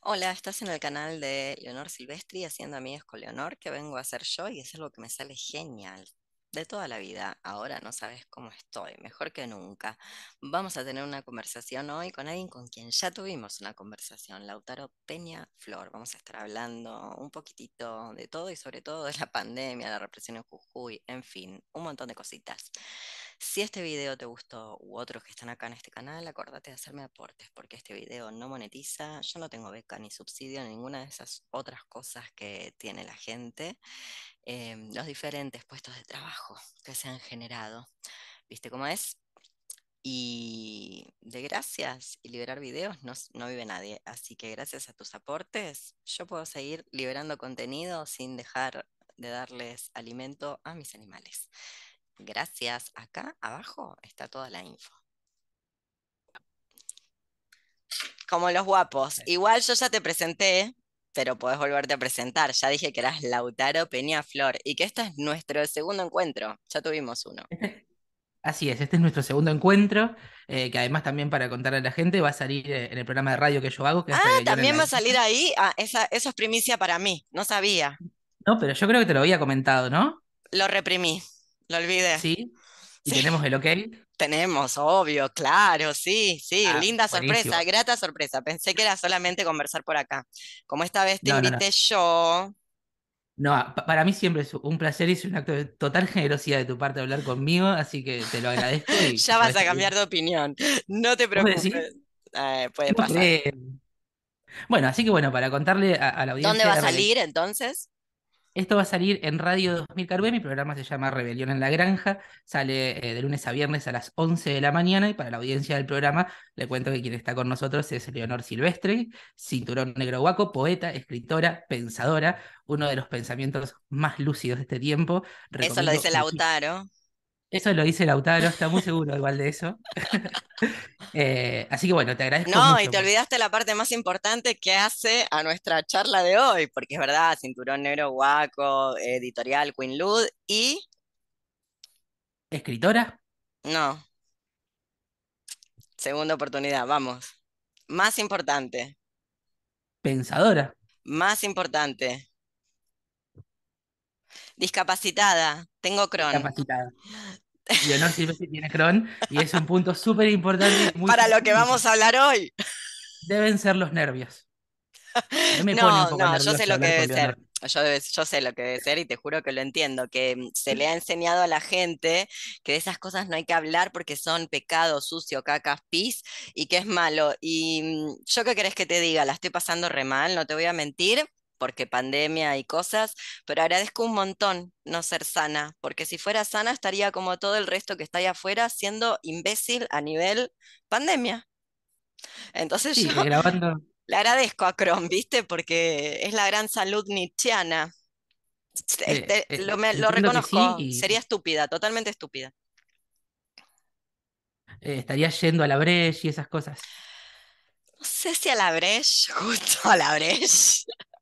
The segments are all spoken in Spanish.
Hola, estás en el canal de Leonor Silvestri haciendo amigas con Leonor, que vengo a hacer yo y es algo que me sale genial. De toda la vida, ahora no sabes cómo estoy, mejor que nunca. Vamos a tener una conversación hoy con alguien con quien ya tuvimos una conversación, Lautaro Peña Flor. Vamos a estar hablando un poquitito de todo y sobre todo de la pandemia, la represión en Jujuy, en fin, un montón de cositas. Si este video te gustó u otros que están acá en este canal, acordate de hacerme aportes porque este video no monetiza, yo no tengo beca ni subsidio ni ninguna de esas otras cosas que tiene la gente, los diferentes puestos de trabajo que se han generado. ¿Viste cómo es? Y de gracias y liberar videos no vive nadie, así que gracias a tus aportes yo puedo seguir liberando contenido sin dejar de darles alimento a mis animales. Gracias. Acá abajo está toda la info. Como los guapos. Igual yo ya te presenté, pero podés volverte a presentar. Ya dije que eras Lautaro Peñaflor y que este es nuestro segundo encuentro. Ya tuvimos uno. Así es, este es nuestro segundo encuentro, que además también para contarle a la gente va a salir en el programa de radio que yo hago, que Ah, es Rebelión en también la va a salir Granja. ahí. Ah, eso es primicia para mí. No sabía. No, pero yo creo que te lo había comentado, ¿no? Lo reprimí. Lo olvidé. Sí, y Sí, tenemos el ok. tenemos, obvio, claro, sí, sí. Ah, Linda sorpresa, buenísimo. grata sorpresa. Pensé que era solamente conversar por acá. Como esta vez te No, no, no. invité yo. No, para mí siempre es un placer y es un acto de total generosidad de tu parte hablar conmigo, así que te lo agradezco y Ya vas puedes a seguir. cambiar de opinión. No te ¿Vos decís? preocupes. Puede No pasar. crees. Bueno, así que bueno, para contarle a la ¿Dónde audiencia va a de Rebelión. salir entonces? Esto va a salir en Radio 2000 Carve, mi programa se llama Rebelión en la Granja, sale de lunes a viernes a las 11 de la mañana y para la audiencia del programa le cuento que quien está con nosotros es Leonor Silvestre, cinturón negro guaco, poeta, escritora, pensadora, uno de los pensamientos más lúcidos de este tiempo. Eso lo Recomiendo dice muchísimo. Lautaro. Eso lo dice Lautaro, está muy seguro igual de eso. Así que bueno, te agradezco No, y mucho te olvidaste la parte más importante que hace a nuestra charla de hoy, porque es verdad, Cinturón Negro Guaco, editorial Queen Lud y escritora, no, segunda oportunidad, vamos. Más importante, pensadora, más importante. Discapacitada, tengo Crohn. discapacitada. Leonor Silvestre tiene Crohn y es un punto súper importante y muy Para lo que simpático. vamos a hablar hoy. Deben ser los nervios. A mí me pone un No, poco no, yo sé nervioso lo que hablar debe con ser. Leonor. Yo sé lo que debe ser y te juro que lo entiendo, que se le ha enseñado a la gente que de esas cosas no hay que hablar porque son pecado, sucio, cacas, pis y que es malo. Y yo qué querés que te diga, la estoy pasando re mal, no te voy a mentir, porque pandemia y cosas, pero agradezco un montón no ser sana, porque si fuera sana estaría como todo el resto que está ahí afuera siendo imbécil a nivel pandemia. Entonces yo Sí, grabando. le agradezco a Chrome, ¿viste? Porque es la gran salud nietzscheana. Lo Entiendo que sí reconozco, y sería estúpida, totalmente estúpida. estaría yendo a la Breche y esas cosas. No sé si a la Breche, justo a la Breche.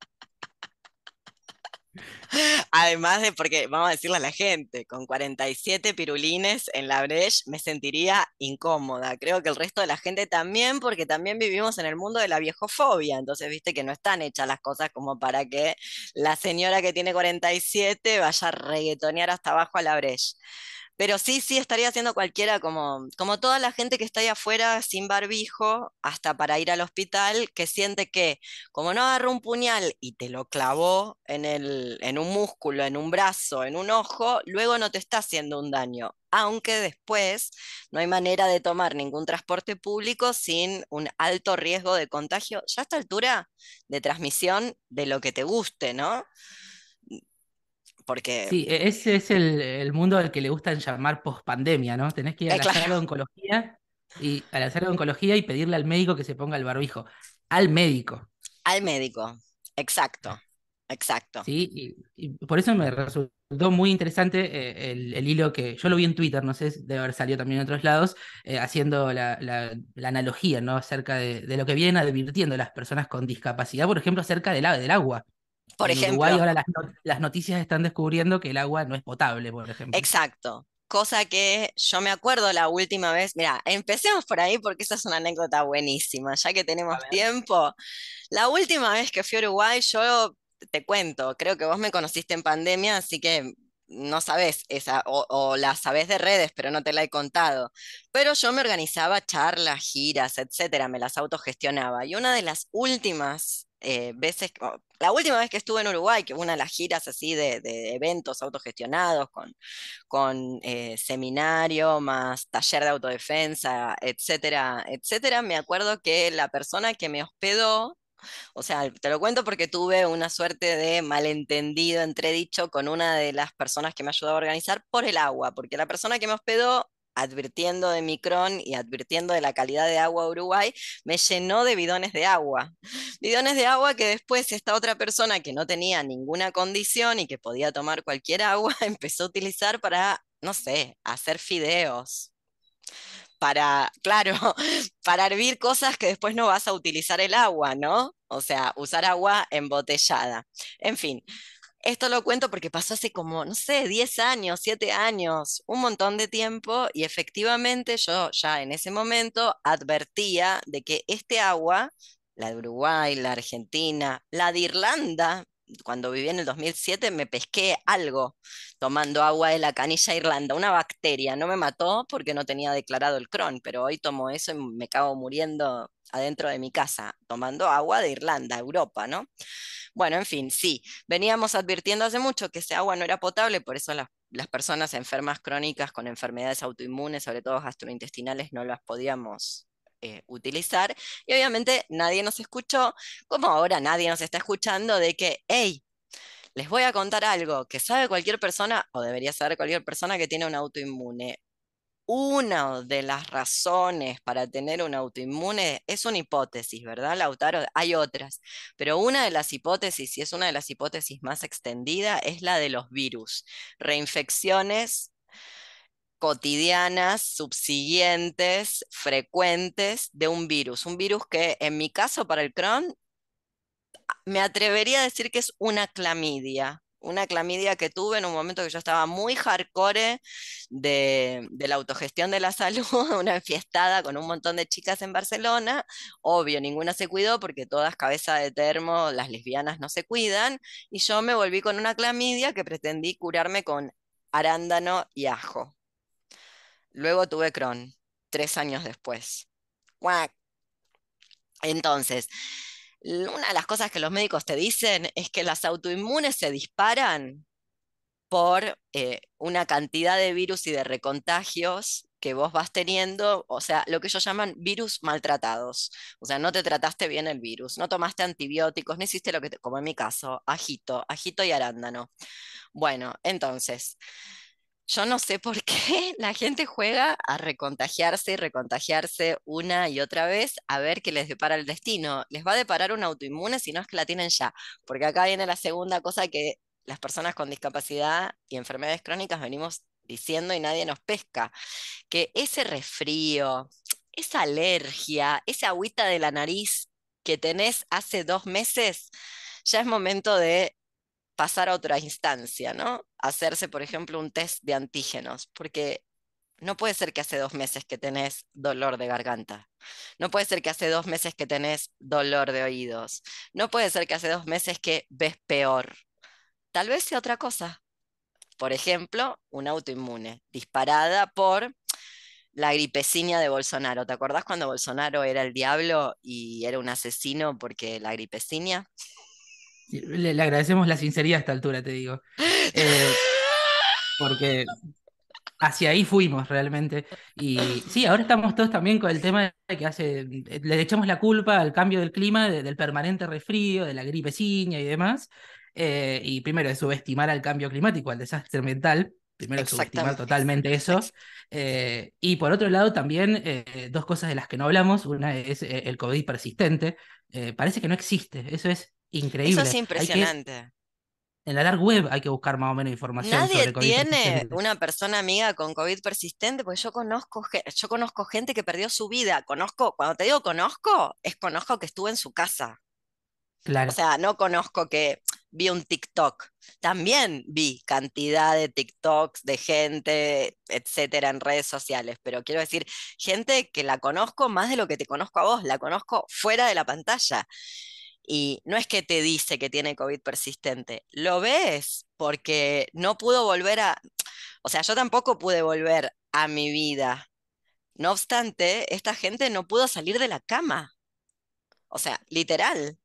Además de porque, vamos a decirle a la gente, con 47 pirulines en la Breche me sentiría incómoda. Creo que el resto de la gente también, porque también vivimos en el mundo de la viejofobia. Entonces, viste que no están hechas las cosas como para que la señora que tiene 47 vaya a reggaetonear hasta abajo a la Breche. Pero sí, sí, estaría haciendo cualquiera, como toda la gente que está ahí afuera sin barbijo, hasta para ir al hospital, que siente que como no agarró un puñal y te lo clavó en un músculo, en un brazo, en un ojo, luego no te está haciendo un daño. Aunque después no hay manera de tomar ningún transporte público sin un alto riesgo de contagio, ya a esta altura de transmisión de lo que te guste, ¿no? Porque, Sí, ese es el mundo al que le gustan llamar pospandemia, ¿no? Tenés que ir a la claro, sala de oncología y a la sala de oncología y pedirle al médico que se ponga el barbijo. Al médico. al médico, exacto, exacto. ¿Sí? Y por eso me resultó muy interesante el hilo que yo lo vi en Twitter, no sé, debe haber salido también en otros lados, haciendo la analogía, ¿no? Acerca de lo que vienen advirtiendo las personas con discapacidad, por ejemplo, acerca del agua. Por En Uruguay ejemplo, ahora las noticias están descubriendo que el agua no es potable, por ejemplo. exacto. cosa que yo me acuerdo la última vez, mira, empecemos por ahí porque esa es una anécdota buenísima, ya que A tenemos ver. tiempo. La última vez que fui a Uruguay, yo te cuento, creo que vos me conociste en pandemia, así que no sabés esa, o la sabés de redes, pero no te la he contado. Pero yo me organizaba charlas, giras, etcétera, me las autogestionaba. Y una de las últimas veces, la última vez que estuve en Uruguay, que una de las giras así de eventos autogestionados con seminario, más taller de autodefensa, etcétera, etcétera, me acuerdo que la persona que me hospedó, o sea, te lo cuento porque tuve una suerte de malentendido, entredicho con una de las personas que me ayudaba a organizar por el agua, porque la persona que me hospedó, advirtiendo de Micron y advirtiendo de la calidad de agua de Uruguay, me llenó de bidones de agua. Bidones de agua que después esta otra persona que no tenía ninguna condición y que podía tomar cualquier agua, empezó a utilizar para, no sé, hacer fideos para, claro, para hervir cosas que después no vas a utilizar el agua, ¿no? O sea, usar agua embotellada. En fin, esto lo cuento porque pasó hace como, no sé, 10 años, 7 años, un montón de tiempo y efectivamente yo ya en ese momento advertía de que este agua, la de Uruguay, la Argentina, la de Irlanda, cuando viví en el 2007 me pesqué algo tomando agua de la canilla Irlanda, una bacteria, no me mató porque no tenía declarado el Crohn, pero hoy tomo eso y me cago muriendo adentro de mi casa, tomando agua de Irlanda, Europa, ¿no? Bueno, en fin, sí, veníamos advirtiendo hace mucho que ese agua no era potable, por eso las personas enfermas crónicas con enfermedades autoinmunes, sobre todo gastrointestinales, no las podíamos utilizar. Y obviamente nadie nos escuchó, como ahora nadie nos está escuchando, de que, hey, les voy a contar algo que sabe cualquier persona, o debería saber cualquier persona que tiene un autoinmune. Una de las razones para tener un autoinmune es una hipótesis, ¿verdad, Lautaro? Hay otras, pero una de las hipótesis, y es una de las hipótesis más extendida, es la de los virus. Reinfecciones cotidianas, subsiguientes, frecuentes de un virus. Un virus que en mi caso para el Crohn me atrevería a decir que es una clamidia que tuve en un momento que yo estaba muy hardcore de la autogestión de la salud, una enfiestada con un montón de chicas en Barcelona. Obvio, ninguna se cuidó porque todas cabeza de termo, las lesbianas no se cuidan, y yo me volví con una clamidia que pretendí curarme con arándano y ajo. Luego tuve Crohn, 3 años después. ¡Cuac! Entonces, una de las cosas que los médicos te dicen es que las autoinmunes se disparan por una cantidad de virus y de recontagios que vos vas teniendo, o sea, lo que ellos llaman virus maltratados. O sea, no te trataste bien el virus, no tomaste antibióticos, no hiciste lo que, como en mi caso, ajito, ajito y arándano. Bueno, entonces, yo no sé por qué la gente juega a recontagiarse y recontagiarse una y otra vez a ver qué les depara el destino. Les va a deparar un autoinmune si no es que la tienen ya, porque acá viene la segunda cosa que las personas con discapacidad y enfermedades crónicas venimos diciendo y nadie nos pesca, que ese resfrío, esa alergia, esa agüita de la nariz que tenés hace 2 meses, ya es momento de pasar a otra instancia, ¿no? Hacerse, por ejemplo, un test de antígenos, porque no puede ser que hace 2 meses que tenés dolor de garganta. No puede ser que hace 2 meses que tenés dolor de oídos. No puede ser que hace 2 meses que ves peor. Tal vez sea otra cosa. Por ejemplo, un autoinmune disparada por la gripeciña de Bolsonaro. ¿Te acordás cuando Bolsonaro era el diablo y era un asesino porque la gripeciña? Sí, le agradecemos la sinceridad a esta altura, te digo. Eh, Porque hacia ahí fuimos realmente. Y sí, ahora estamos todos también con el tema de que le echamos la culpa al cambio del clima, del permanente resfrío, de la gripeciña y demás. Y primero de subestimar al cambio climático, al desastre ambiental. Primero de subestimar Exactamente. totalmente eso. Y por otro lado también dos cosas de las que no hablamos. Una es el COVID persistente. Parece que no existe. Eso es Eso es increíble. impresionante. En la dark web hay que buscar más o menos información Nadie sobre COVID tiene persistente. una persona amiga con COVID persistente, porque yo conozco gente que perdió su vida. Conozco, cuando te digo conozco, es conozco que estuve en su casa. O Claro. sea, no conozco que vi un TikTok. También vi cantidad de TikToks de gente, etcétera, en redes sociales, pero quiero decir, gente que la conozco más de lo que te conozco a vos, la conozco fuera de la pantalla. Y no es que te dice que tiene COVID persistente, lo ves porque no pudo volver a, o sea, yo tampoco pude volver a mi vida. No obstante, esta gente no pudo salir de la cama, o sea, literal.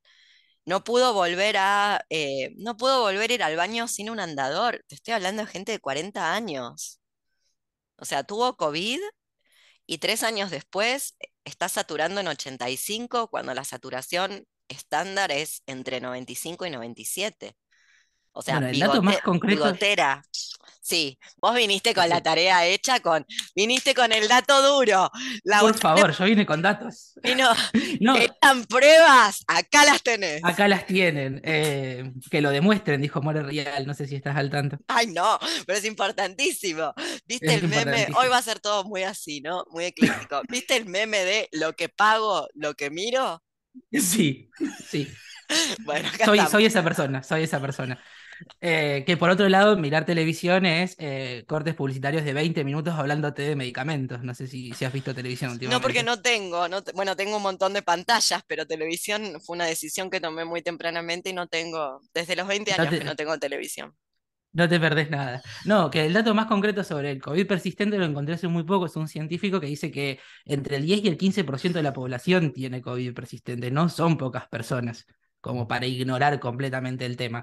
No pudo volver a ir al baño sin un andador. Te estoy hablando de gente de 40 años. O sea, tuvo COVID y 3 años después está saturando en 85 cuando la saturación estándar es entre 95 y 97. O sea, Bueno, el dato más concreto, bigotera. Sí, vos viniste con la sí, tarea hecha, viniste con el dato duro. La por botella favor, yo vine con datos. vino, No, querían pruebas, acá las tenés. acá las tienen. Que lo demuestren, dijo More Real. No sé si estás al tanto. Ay, no, pero es importantísimo. ¿Viste Es el meme? Hoy importantísimo. va a ser todo muy así, ¿no? Muy ecléctico. ¿Viste el meme de lo que pago, lo que miro? Sí, sí. Bueno, acá Soy estamos. esa persona, soy esa persona. Que por otro lado, mirar televisión es cortes publicitarios de 20 minutos hablándote de medicamentos. No sé si has visto televisión No, porque últimamente. no tengo, bueno, tengo un montón de pantallas, pero televisión fue una decisión que tomé muy tempranamente y no tengo, desde los 20 No años que no te, tengo televisión. no te perdés nada. No, que el dato más concreto sobre el COVID persistente lo encontré hace muy poco. Es un científico que dice que entre el 10 y el 15% de la población tiene COVID persistente. No son pocas personas como para ignorar completamente el tema.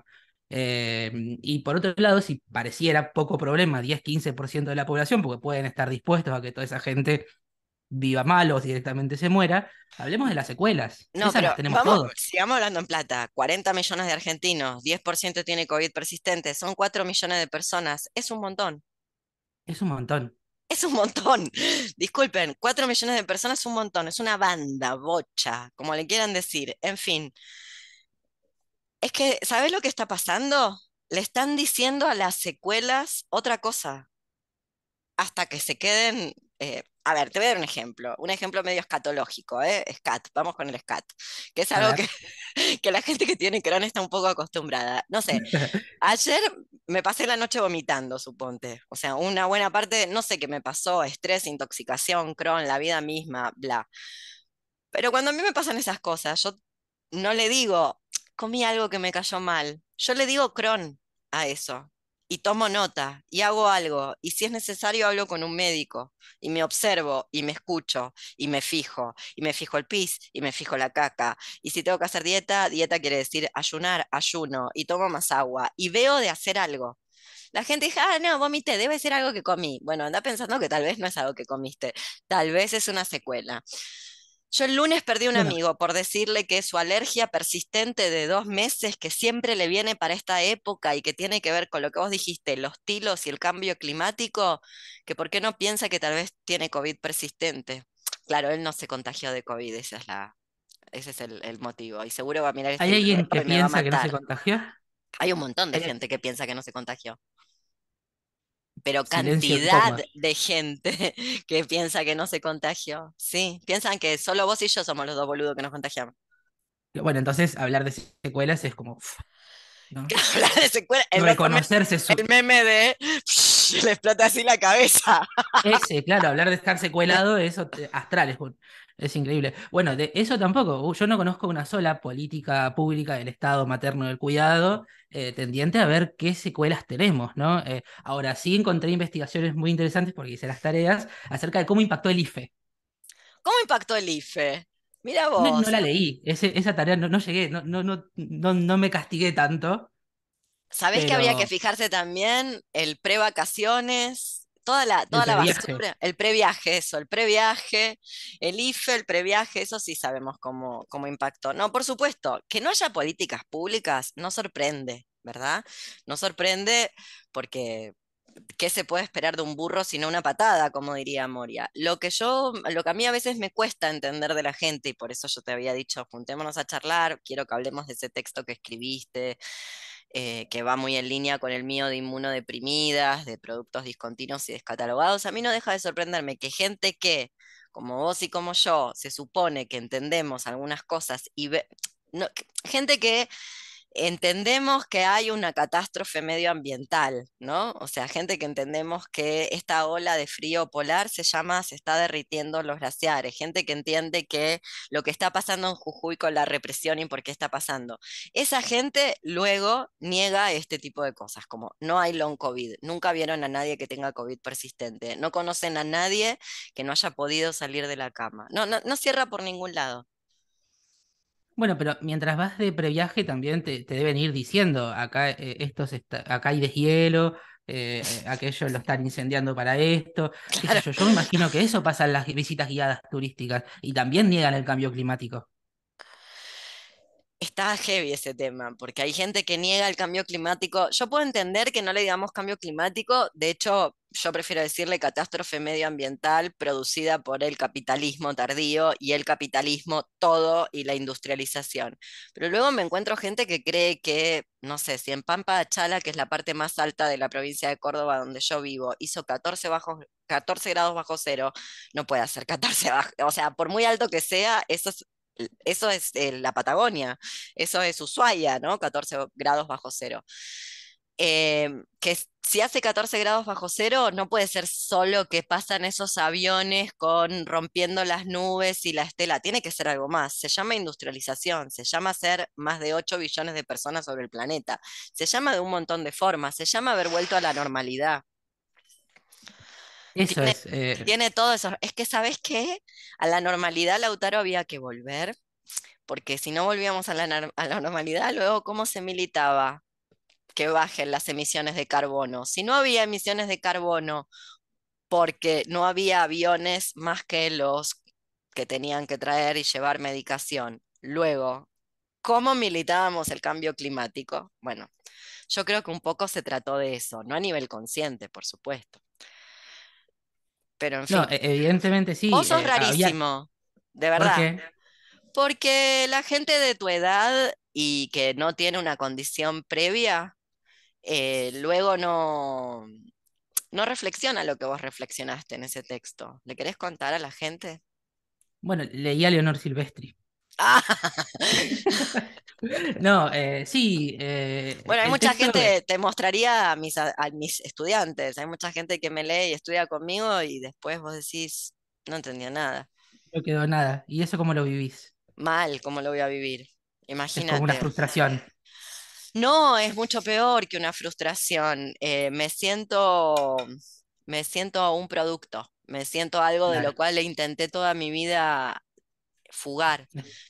Y por otro lado, si pareciera poco problema, 10-15% de la población, porque pueden estar dispuestos a que toda esa gente viva mal o directamente se muera, hablemos de las secuelas. No, Esas pero las tenemos vamos, todos. sigamos hablando en plata. 40 millones de argentinos, 10% tiene COVID persistente, son 4 millones de personas, es un montón. Es un montón. Es un montón. Disculpen, 4 millones de personas es un montón. Es una banda, bocha, como le quieran decir. En fin, es que, ¿sabes lo que está pasando? Le están diciendo a las secuelas otra cosa, hasta que se queden. A ver, te voy a dar un ejemplo medio escatológico, ¿eh? Scat, vamos con el scat, que es A algo que, ver. que la gente que tiene Crohn está un poco acostumbrada. No sé, ayer me pasé la noche vomitando, suponte. O sea, una buena parte, no sé qué me pasó, estrés, intoxicación, Crohn, la vida misma, bla. Pero cuando a mí me pasan esas cosas, yo no le digo, comí algo que me cayó mal. Yo le digo Crohn a eso. Y tomo nota y hago algo. Y si es necesario, hablo con un médico. Y me observo y me escucho y me fijo. Y me fijo el pis y me fijo la caca. Y si tengo que hacer dieta, dieta quiere decir ayunar, ayuno. Y tomo más agua. Y veo de hacer algo. La gente dice, ah, no, vomité, debe ser algo que comí. Bueno, anda pensando que tal vez no es algo que comiste. Tal vez es una secuela. Yo el lunes perdí un Bueno, amigo por decirle que su alergia persistente de 2 meses, que siempre le viene para esta época y que tiene que ver con lo que vos dijiste, los tilos y el cambio climático, que por qué no piensa que tal vez tiene COVID persistente. Claro, él no se contagió de COVID, ese es el motivo. Y seguro va a mirar este ¿hay alguien video que y me va a piensa que no se matar. contagió? Hay un montón de Hay- gente que piensa que no se contagió, pero Silencio cantidad incómodo. de gente que piensa que no se contagió. Sí, piensan que solo vos y yo somos los dos boludos que nos contagiamos. Bueno, entonces hablar de secuelas es como, uf, Que ¿no? habla de secuela, Reconocerse su... el meme de le explota así la cabeza. Ese, claro, hablar de estar secuelado es astral, es increíble. Bueno, de eso tampoco. Yo no conozco una sola política pública del Estado materno del cuidado tendiente a ver qué secuelas tenemos, ¿no? Ahora sí encontré investigaciones muy interesantes porque hice las tareas acerca de cómo impactó el IFE. ¿Cómo impactó el IFE? Mira No, no vos, la leí, esa tarea no llegué, no me castigué tanto, ¿sabés que habría que pero fijarse también el prevacaciones? el Toda la previaje. basura, el previaje, eso, el previaje, el IFE, el previaje, eso sí sabemos cómo impactó. No, por supuesto, que no haya políticas públicas no sorprende, ¿verdad? No sorprende porque ¿qué se puede esperar de un burro sino una patada, como diría Moria? Lo que a mí a veces me cuesta entender de la gente, y por eso yo te había dicho, juntémonos a charlar, quiero que hablemos de ese texto que escribiste, que va muy en línea con el mío de inmunodeprimidas, de productos discontinuos y descatalogados. A mí no deja de sorprenderme que gente que, como vos y como yo, se supone que entendemos algunas cosas y gente que entendemos que hay una catástrofe medioambiental, ¿no? O sea, gente que entendemos que esta ola de frío polar se está derritiendo los glaciares, gente que entiende que lo que está pasando en Jujuy con la represión y por qué está pasando. Esa gente luego niega este tipo de cosas, como no hay long COVID, nunca vieron a nadie que tenga COVID persistente, no conocen a nadie que no haya podido salir de la cama. No cierra por ningún lado. Bueno, pero mientras vas de previaje también te deben ir diciendo, acá, acá hay deshielo, aquello lo están incendiando para esto, qué sé Claro. yo. Yo me imagino que eso pasa en las visitas guiadas turísticas y también niegan el cambio climático. Está heavy ese tema, porque hay gente que niega el cambio climático. Yo puedo entender que no le digamos cambio climático, de hecho, yo prefiero decirle catástrofe medioambiental producida por el capitalismo tardío y el capitalismo todo y la industrialización. Pero luego me encuentro gente que cree que, no sé, si en Pampa de Chala, que es la parte más alta de la provincia de Córdoba donde yo vivo, hizo 14 grados bajo cero, no puede hacer 14 bajo, o sea, por muy alto que sea, eso es la Patagonia, eso es Ushuaia, ¿no? 14 grados bajo cero. Si hace 14 grados bajo cero, no puede ser solo que pasan esos aviones con rompiendo las nubes y la estela, tiene que ser algo más. Se llama industrialización, se llama ser más de 8 billones de personas sobre el planeta, se llama de un montón de formas, se llama haber vuelto a la normalidad. Eso Tiene, es, tiene todo eso. Es que, ¿sabes qué? A la normalidad, Lautaro, había que volver porque si no volvíamos a a la normalidad, luego cómo se militaba que bajen las emisiones de carbono. Si no había emisiones de carbono porque no había aviones más que los que tenían que traer y llevar medicación. Luego, ¿cómo militábamos el cambio climático? Bueno, yo creo que un poco se trató de eso, no a nivel consciente, por supuesto, pero en no, fin. evidentemente sí, Vos sos había, rarísimo, de ¿por verdad. qué? Porque la gente de tu edad y que no tiene una condición previa, luego no reflexiona lo que vos reflexionaste en ese texto. ¿Le querés contar a la gente? Bueno, leí a Leonor Silvestri. Ah, No, sí, bueno, hay el mucha texto gente, te mostraría a mis estudiantes, hay mucha gente que me lee y estudia conmigo y después vos decís, no entendió nada. no quedó nada. ¿Y eso cómo lo vivís? Mal, ¿cómo lo voy a vivir? Es como una Imagínate. frustración. No, es mucho peor que una frustración. Me siento un producto, me siento algo de lo Claro. cual le intenté toda mi vida fugar.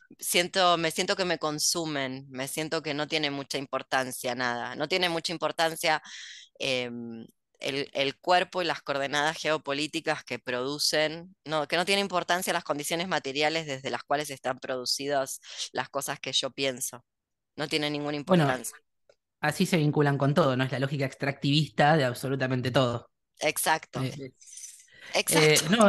Me siento que me consumen, me siento que no tiene mucha importancia nada. No tiene mucha importancia em, el cuerpo y las coordenadas geopolíticas que producen, no, que no tiene importancia las condiciones materiales desde las cuales están producidas las cosas que yo pienso. No tiene ninguna Bueno, importancia. así se vinculan con todo, ¿no? Es la lógica extractivista de absolutamente todo. Exacto, Eh, exacto. no,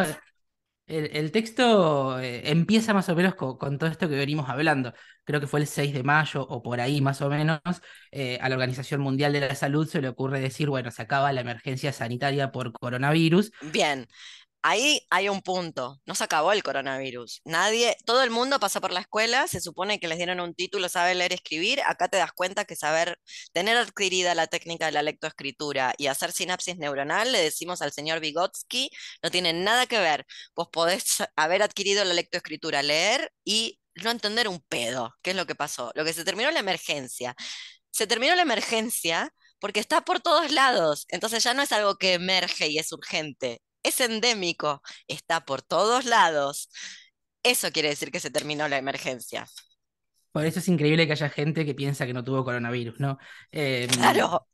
el texto empieza más o menos con todo esto que venimos hablando. Creo que fue el 6 de mayo o por ahí más o menos. A la Organización Mundial de la Salud se le ocurre decir, bueno, se acaba la emergencia sanitaria por coronavirus. Bien, ahí hay un punto. No se acabó el coronavirus. Todo el mundo pasó por la escuela, se supone que les dieron un título, sabe leer y escribir. Acá te das cuenta que tener adquirida la técnica de la lectoescritura y hacer sinapsis neuronal, le decimos al señor Vygotsky, no tiene nada que ver. Vos podés haber adquirido la lectoescritura, leer y no entender un pedo. ¿Qué es lo que pasó? Lo que se terminó la emergencia. Se terminó la emergencia porque está por todos lados. Entonces ya no es algo que emerge y es urgente. Es endémico, está por todos lados. Eso quiere decir que se terminó la emergencia. Por eso es increíble que haya gente que piensa que no tuvo coronavirus, ¿no? Eh, Claro,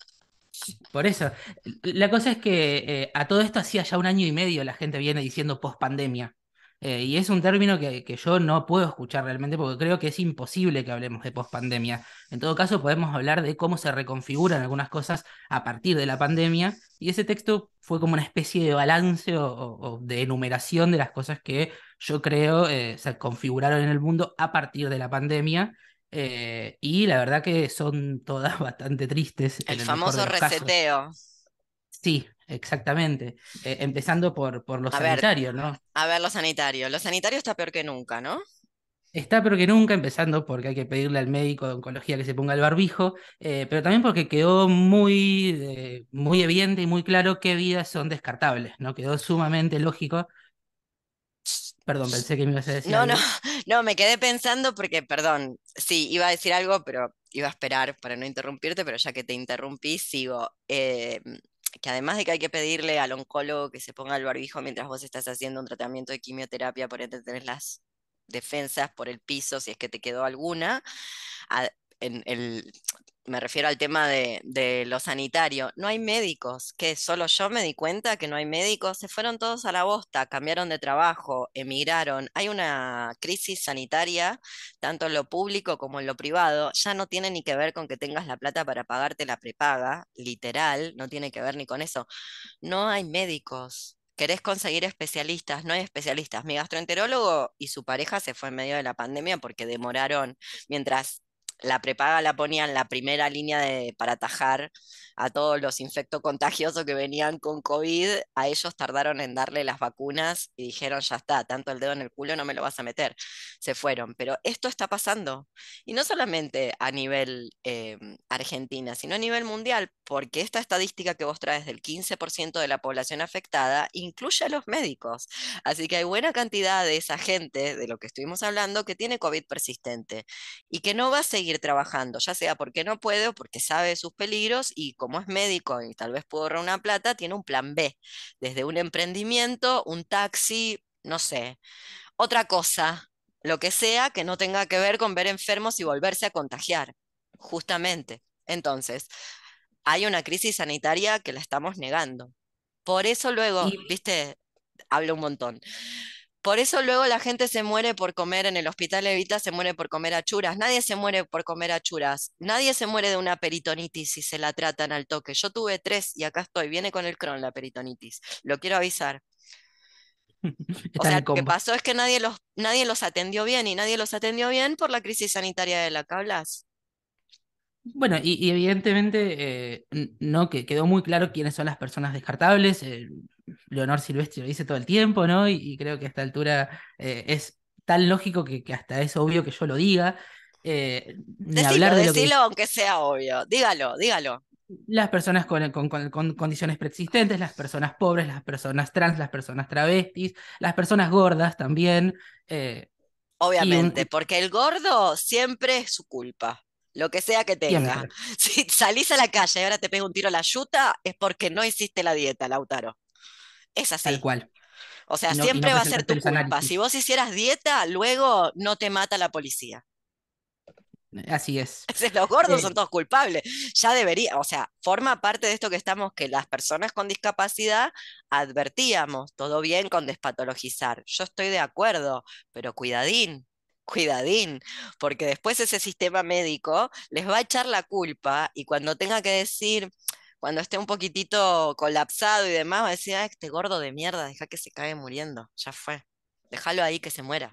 Por eso, la cosa es que a todo esto hacía ya un año y medio la gente viene diciendo pospandemia. Y es un término que yo no puedo escuchar realmente porque creo que es imposible que hablemos de pospandemia. En todo caso, podemos hablar de cómo se reconfiguran algunas cosas a partir de la pandemia. Y ese texto fue como una especie de balance o de enumeración de las cosas que yo creo se configuraron en el mundo a partir de la pandemia. Y la verdad que son todas bastante tristes el en el mejor famoso de los casos. reseteo. Sí, exactamente. Empezando por lo A ver, sanitario, ¿no? a ver lo sanitario. Lo sanitario está peor que nunca, ¿no? Está pero que nunca, empezando porque hay que pedirle al médico de oncología que se ponga el barbijo, pero también porque quedó muy evidente y muy claro qué vidas son descartables, ¿no? Quedó sumamente lógico. Perdón, pensé que me ibas a decir No, no, algo. no, me quedé pensando porque, perdón, sí, iba a decir algo, pero iba a esperar para no interrumpirte, pero ya que te interrumpí, sigo. Que además de que hay que pedirle al oncólogo que se ponga el barbijo mientras vos estás haciendo un tratamiento de quimioterapia, por ende tenés las defensas por el piso, si es que te quedó alguna, a- en el, me refiero al tema de lo sanitario. No hay médicos, que solo yo me di cuenta que no hay médicos. Se fueron todos a la bosta, cambiaron de trabajo, emigraron. Hay una crisis sanitaria, tanto en lo público como en lo privado. Ya no tiene ni que ver con que tengas la plata para pagarte la prepaga, literal, no tiene que ver ni con eso. No hay médicos. Querés conseguir especialistas, no hay especialistas. Mi gastroenterólogo y su pareja se fue en medio de la pandemia porque demoraron, mientras la prepaga la ponían la primera línea para atajar a todos los infectos contagiosos que venían con COVID, a ellos tardaron en darle las vacunas y dijeron, ya está, tanto el dedo en el culo no me lo vas a meter. Se fueron. Pero esto está pasando. Y no solamente a nivel Argentina, sino a nivel mundial, porque esta estadística que vos traes del 15% de la población afectada incluye a los médicos. Así que hay buena cantidad de esa gente, de lo que estuvimos hablando, que tiene COVID persistente y que no va a seguir trabajando, ya sea porque no puede o porque sabe de sus peligros y como es médico y tal vez pudo ahorrar una plata, tiene un plan B, desde un emprendimiento, un taxi, no sé, otra cosa, lo que sea que no tenga que ver con ver enfermos y volverse a contagiar, justamente. Entonces, hay una crisis sanitaria que la estamos negando. Por eso luego, Y, viste, hablo un montón. Por eso luego la gente se muere por comer en el hospital Evita, se muere por comer achuras. Nadie se muere por comer achuras. Nadie se muere de una peritonitis si se la tratan al toque. Yo tuve tres y acá estoy. Viene con el Crohn la peritonitis. Lo quiero avisar. O está en sea, el lo que combo. pasó es que nadie los atendió bien y nadie los atendió bien por la crisis sanitaria de la que hablas. Bueno, y evidentemente no que quedó muy claro quiénes son las personas descartables. Leonor Silvestri lo dice todo el tiempo, ¿no? Y creo que a esta altura es tan lógico que hasta es obvio que yo lo diga. Ni Decilo, hablar de lo decilo que aunque sea obvio. Dígalo, dígalo. las personas con condiciones preexistentes, las personas pobres, las personas trans, las personas travestis, las personas gordas también. eh, y Obviamente, porque el gordo siempre es su culpa, lo que sea que tenga. siempre, Si salís a la calle y ahora te pega un tiro a la yuta, es porque no hiciste la dieta, Lautaro. Es tal así. cual. O sea, Y no siempre va a ser presentaste tu los culpa. Si análisis. vos hicieras dieta, luego no te mata la policía. Así es. Los gordos son Eh, todos culpables. Ya debería, o sea, forma parte de esto que estamos, que las personas con discapacidad advertíamos, todo bien con despatologizar. Yo estoy de acuerdo, pero cuidadín, cuidadín, porque después ese sistema médico les va a echar la culpa y cuando tenga que decir, cuando esté un poquitito colapsado y demás, va a decir, ah, este gordo de mierda, deja que se cague muriendo, ya fue. Déjalo ahí que se muera.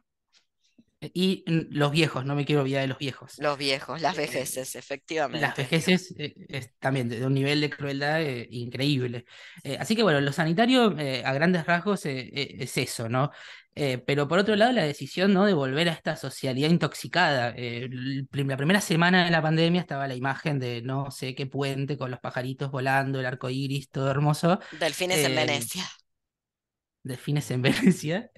y los viejos, no me quiero olvidar de los viejos. Los viejos, las Eh, vejeces, las efectivamente. vejeces es también de un nivel de crueldad increíble. Así que bueno, lo sanitario a grandes rasgos es eso, ¿no? Pero por otro lado, la decisión, ¿no? De volver a esta socialidad intoxicada. La primera semana de la pandemia estaba la imagen de no sé qué puente con los pajaritos volando, el arco iris, todo hermoso. Delfines en eh, Venecia. Delfines en Venecia.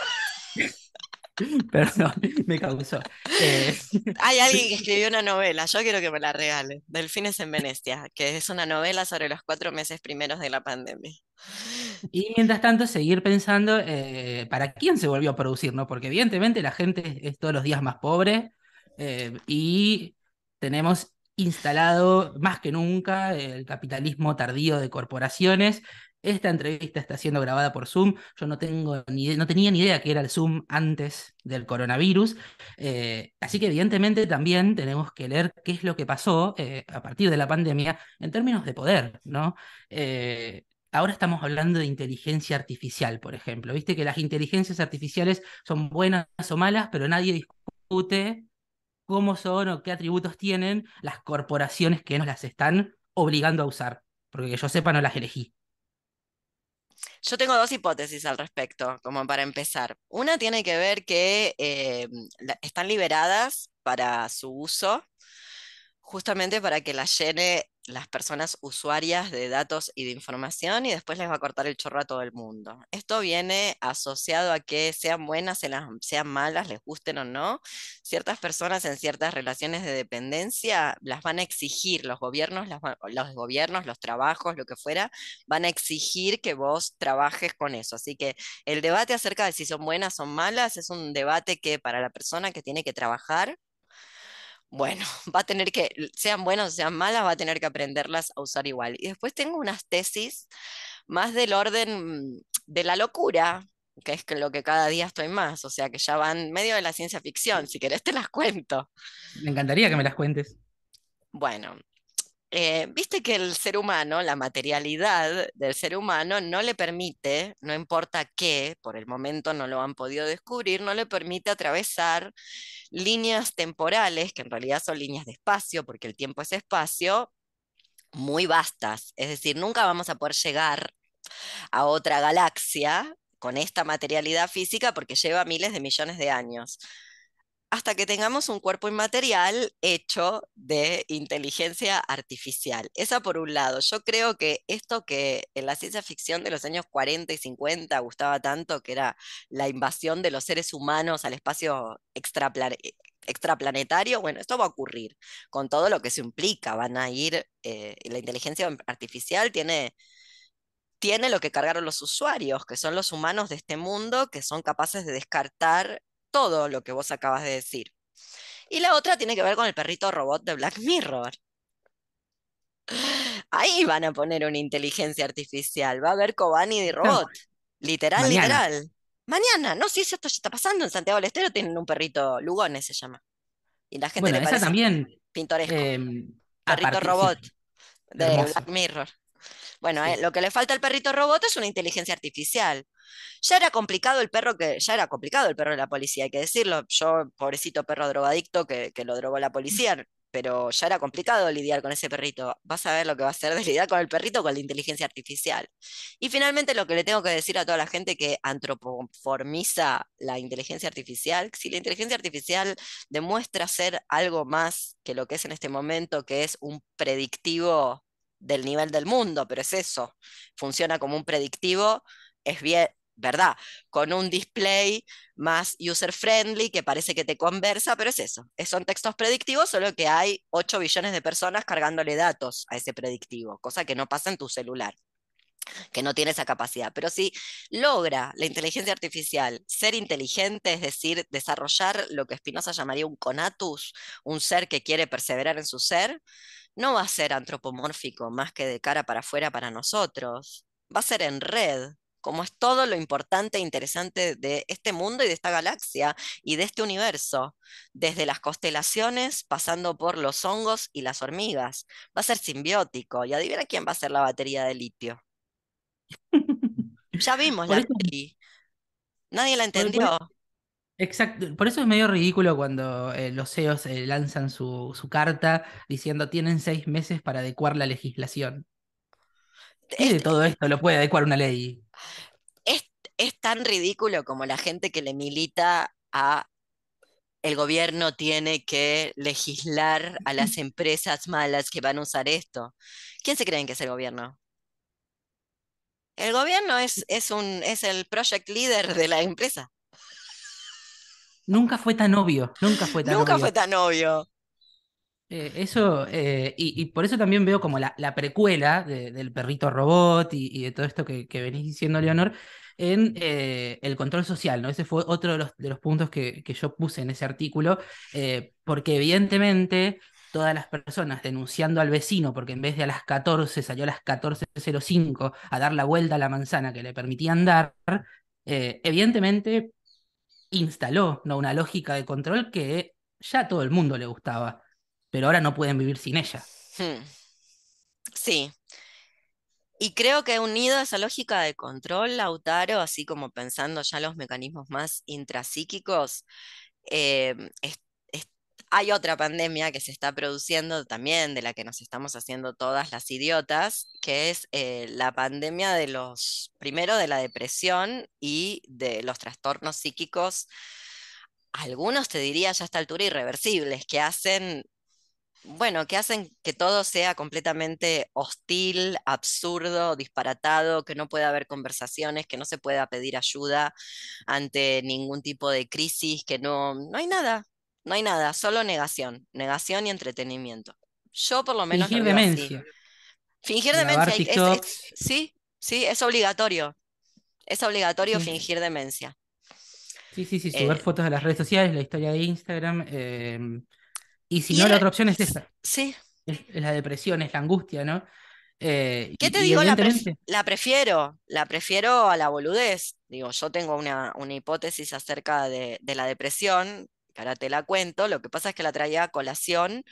Perdón, me causó. Hay alguien que escribió una novela, yo quiero que me la regale. Delfines en Venecia, que es una novela sobre los 4 meses primeros de la pandemia. Y mientras tanto, seguir pensando para quién se volvió a producir, ¿no? Porque evidentemente la gente es todos los días más pobre y tenemos instalado más que nunca el capitalismo tardío de corporaciones. Esta entrevista está siendo grabada por Zoom. Yo no tenía ni idea que era el Zoom antes del coronavirus. Así que evidentemente también tenemos que leer qué es lo que pasó a partir de la pandemia en términos de poder, ¿no? Ahora estamos hablando de inteligencia artificial, por ejemplo. Viste que las inteligencias artificiales son buenas o malas, pero nadie discute cómo son o qué atributos tienen las corporaciones que nos las están obligando a usar. Porque que yo sepa, no las elegí. Yo tengo dos hipótesis al respecto, como para empezar. Una tiene que ver que están liberadas para su uso justamente para que la llene las personas usuarias de datos y de información y después les va a cortar el chorro a todo el mundo. Esto viene asociado a que sean buenas, sean malas, les gusten o no. Ciertas personas en ciertas relaciones de dependencia las van a exigir, los gobiernos, los trabajos, lo que fuera, van a exigir que vos trabajes con eso. Así que el debate acerca de si son buenas o malas es un debate que para la persona que tiene que trabajar, bueno, va a tener que, sean buenas o sean malas, va a tener que aprenderlas a usar igual. Y después tengo unas tesis más del orden de la locura, que es lo que cada día estoy más, o sea que ya van medio de la ciencia ficción, si querés te las cuento. Me encantaría que me las cuentes. Bueno, viste que el ser humano, la materialidad del ser humano no le permite, no importa qué, por el momento no lo han podido descubrir, no le permite atravesar líneas temporales, que en realidad son líneas de espacio, porque el tiempo es espacio, muy vastas. Es decir, nunca vamos a poder llegar a otra galaxia con esta materialidad física porque lleva miles de millones de años. Hasta que tengamos un cuerpo inmaterial hecho de inteligencia artificial. Esa por un lado. Yo creo que esto que en la ciencia ficción de los años 40 y 50 gustaba tanto, que era la invasión de los seres humanos al espacio extraplanetario, bueno, esto va a ocurrir con todo lo que se implica. Van a ir, la inteligencia artificial tiene lo que cargaron los usuarios, que son los humanos de este mundo, que son capaces de descartar todo lo que vos acabas de decir. Y la otra tiene que ver con el perrito robot de Black Mirror. Ahí van a poner una inteligencia artificial, va a haber Kobani de Claro, robot. Literal, mañana. literal. Mañana, no, sí, eso esto ya está pasando. En Santiago del Estero tienen un perrito, Lugones se llama. Y la gente Bueno, le esa parece también, pintoresco. eh, a Perrito partir, sí, robot de Black hermoso. Mirror. Bueno, Sí. lo que le falta al perrito robot es una inteligencia artificial. Ya era complicado el perro de la policía, hay que decirlo. Yo, pobrecito perro drogadicto que lo drogó la policía, pero ya era complicado lidiar con ese perrito. Vas a ver lo que va a hacer de lidiar con el perrito con la inteligencia artificial. Y finalmente lo que le tengo que decir a toda la gente que antropoformiza la inteligencia artificial, si la inteligencia artificial demuestra ser algo más que lo que es en este momento, que es un predictivo del nivel del mundo, pero es eso, funciona como un predictivo, es bien, ¿verdad? Con un display más user-friendly que parece que te conversa, pero es eso, son textos predictivos, solo que hay 8 billones de personas cargándole datos a ese predictivo, cosa que no pasa en tu celular, que no tiene esa capacidad. Pero si logra la inteligencia artificial ser inteligente, es decir, desarrollar lo que Spinoza llamaría un conatus, un ser que quiere perseverar en su ser, no va a ser antropomórfico más que de cara para afuera para nosotros, va a ser en red, como es todo lo importante e interesante de este mundo y de esta galaxia y de este universo, desde las constelaciones, pasando por los hongos y las hormigas. Va a ser simbiótico y adivina quién va a ser la batería de litio. Ya vimos Por la eso, peli, nadie la por, por- entendió. exacto, por eso es medio ridículo cuando los CEOs lanzan su carta diciendo tienen 6 meses para adecuar la legislación. ¿Qué Es, de todo esto lo puede adecuar una ley? es, es tan ridículo como la gente que le milita a el gobierno tiene que legislar a las empresas malas que van a usar esto. ¿Quién se creen que es el gobierno? El gobierno es el project leader de la empresa. Nunca fue tan obvio, nunca fue tan Nunca fue obvio. tan obvio. Eso, y por eso también veo como la precuela del perrito robot y de todo esto que venís diciendo, Leonor, en el control social, ¿no? Ese fue otro de los puntos que yo puse en ese artículo, porque evidentemente todas las personas denunciando al vecino, porque en vez de a las 14 salió a las 14:05 a dar la vuelta a la manzana que le permitía andar, evidentemente instaló, ¿no?, una lógica de control que ya a todo el mundo le gustaba, pero ahora no pueden vivir sin ella. Hmm, sí, y creo que unido a esa lógica de control, Lautaro, así como pensando ya los mecanismos más intrapsíquicos, eh, es- es- hay otra pandemia que se está produciendo también, de la que nos estamos haciendo todas las idiotas, que es la pandemia de primero de la depresión y de los trastornos psíquicos, algunos te diría ya a esta altura irreversibles, que hacen, bueno, que hacen que todo sea completamente hostil, absurdo, disparatado, que no pueda haber conversaciones, que no se pueda pedir ayuda ante ningún tipo de crisis, que no hay nada, no hay nada, solo negación, negación y entretenimiento. Yo por lo menos lo Fingir vivo así. demencia, Fingir demencia, grabar TikToks. sí, sí, es obligatorio Sí, fingir demencia. sí, sí, sí, subir Eh, fotos a las redes sociales, la historia de Instagram. Y si y no, la era, otra opción es esa, sí, es la depresión, es la angustia, ¿no? ¿qué te Y digo? evidentemente, La prefiero a la boludez. Digo, yo tengo una hipótesis acerca de la depresión, que ahora te la cuento. Lo que pasa es que la traía a colación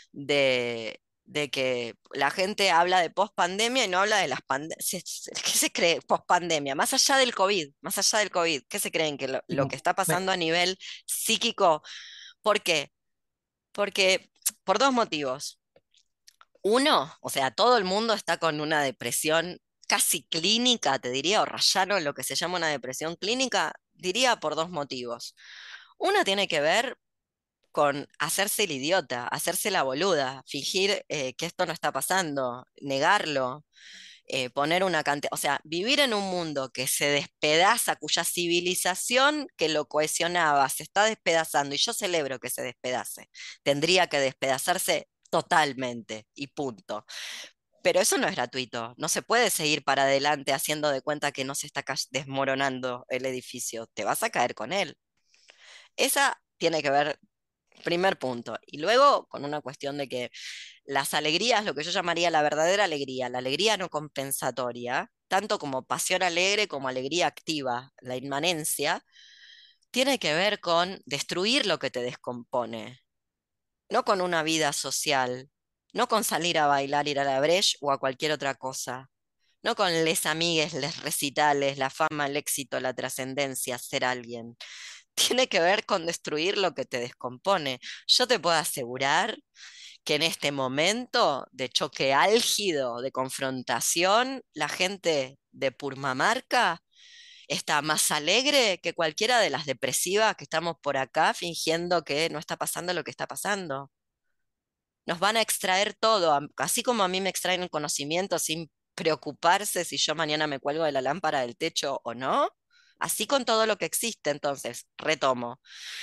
de que la gente habla de post-pandemia y no habla de las pandemias. ¿Qué se cree post-pandemia? Más allá del COVID, ¿qué se creen? Que lo sí, que está bueno, pasando a nivel psíquico, ¿por qué? Porque, por dos motivos. Uno, o sea, todo el mundo está con una depresión casi clínica, te diría, o rayaron lo que se llama una depresión clínica, diría por dos motivos. Uno tiene que ver con hacerse el idiota, hacerse la boluda, fingir que esto no está pasando, negarlo, poner una cantidad, o sea, vivir en un mundo que se despedaza, cuya civilización que lo cohesionaba se está despedazando, y yo celebro que se despedace, tendría que despedazarse totalmente y punto. Pero eso no es gratuito, no se puede seguir para adelante haciendo de cuenta que no se está desmoronando el edificio, te vas a caer con él. Esa tiene que ver, primer punto. Y luego con una cuestión de que las alegrías, lo que yo llamaría la verdadera alegría, la alegría no compensatoria, tanto como pasión alegre como alegría activa, la inmanencia, tiene que ver con destruir lo que te descompone, no con una vida social, no con salir a bailar, ir a la breche o a cualquier otra cosa, no con les amigues, les recitales, la fama, el éxito, la trascendencia, ser alguien. Tiene que ver con destruir lo que te descompone. Yo te puedo asegurar que en este momento de choque álgido, de confrontación, la gente de Purmamarca está más alegre que cualquiera de las depresivas que estamos por acá fingiendo que no está pasando lo que está pasando. Nos van a extraer todo, así como a mí me extraen el conocimiento sin preocuparse si yo mañana me cuelgo de la lámpara del techo o no. Así con todo lo que existe, entonces, retomo.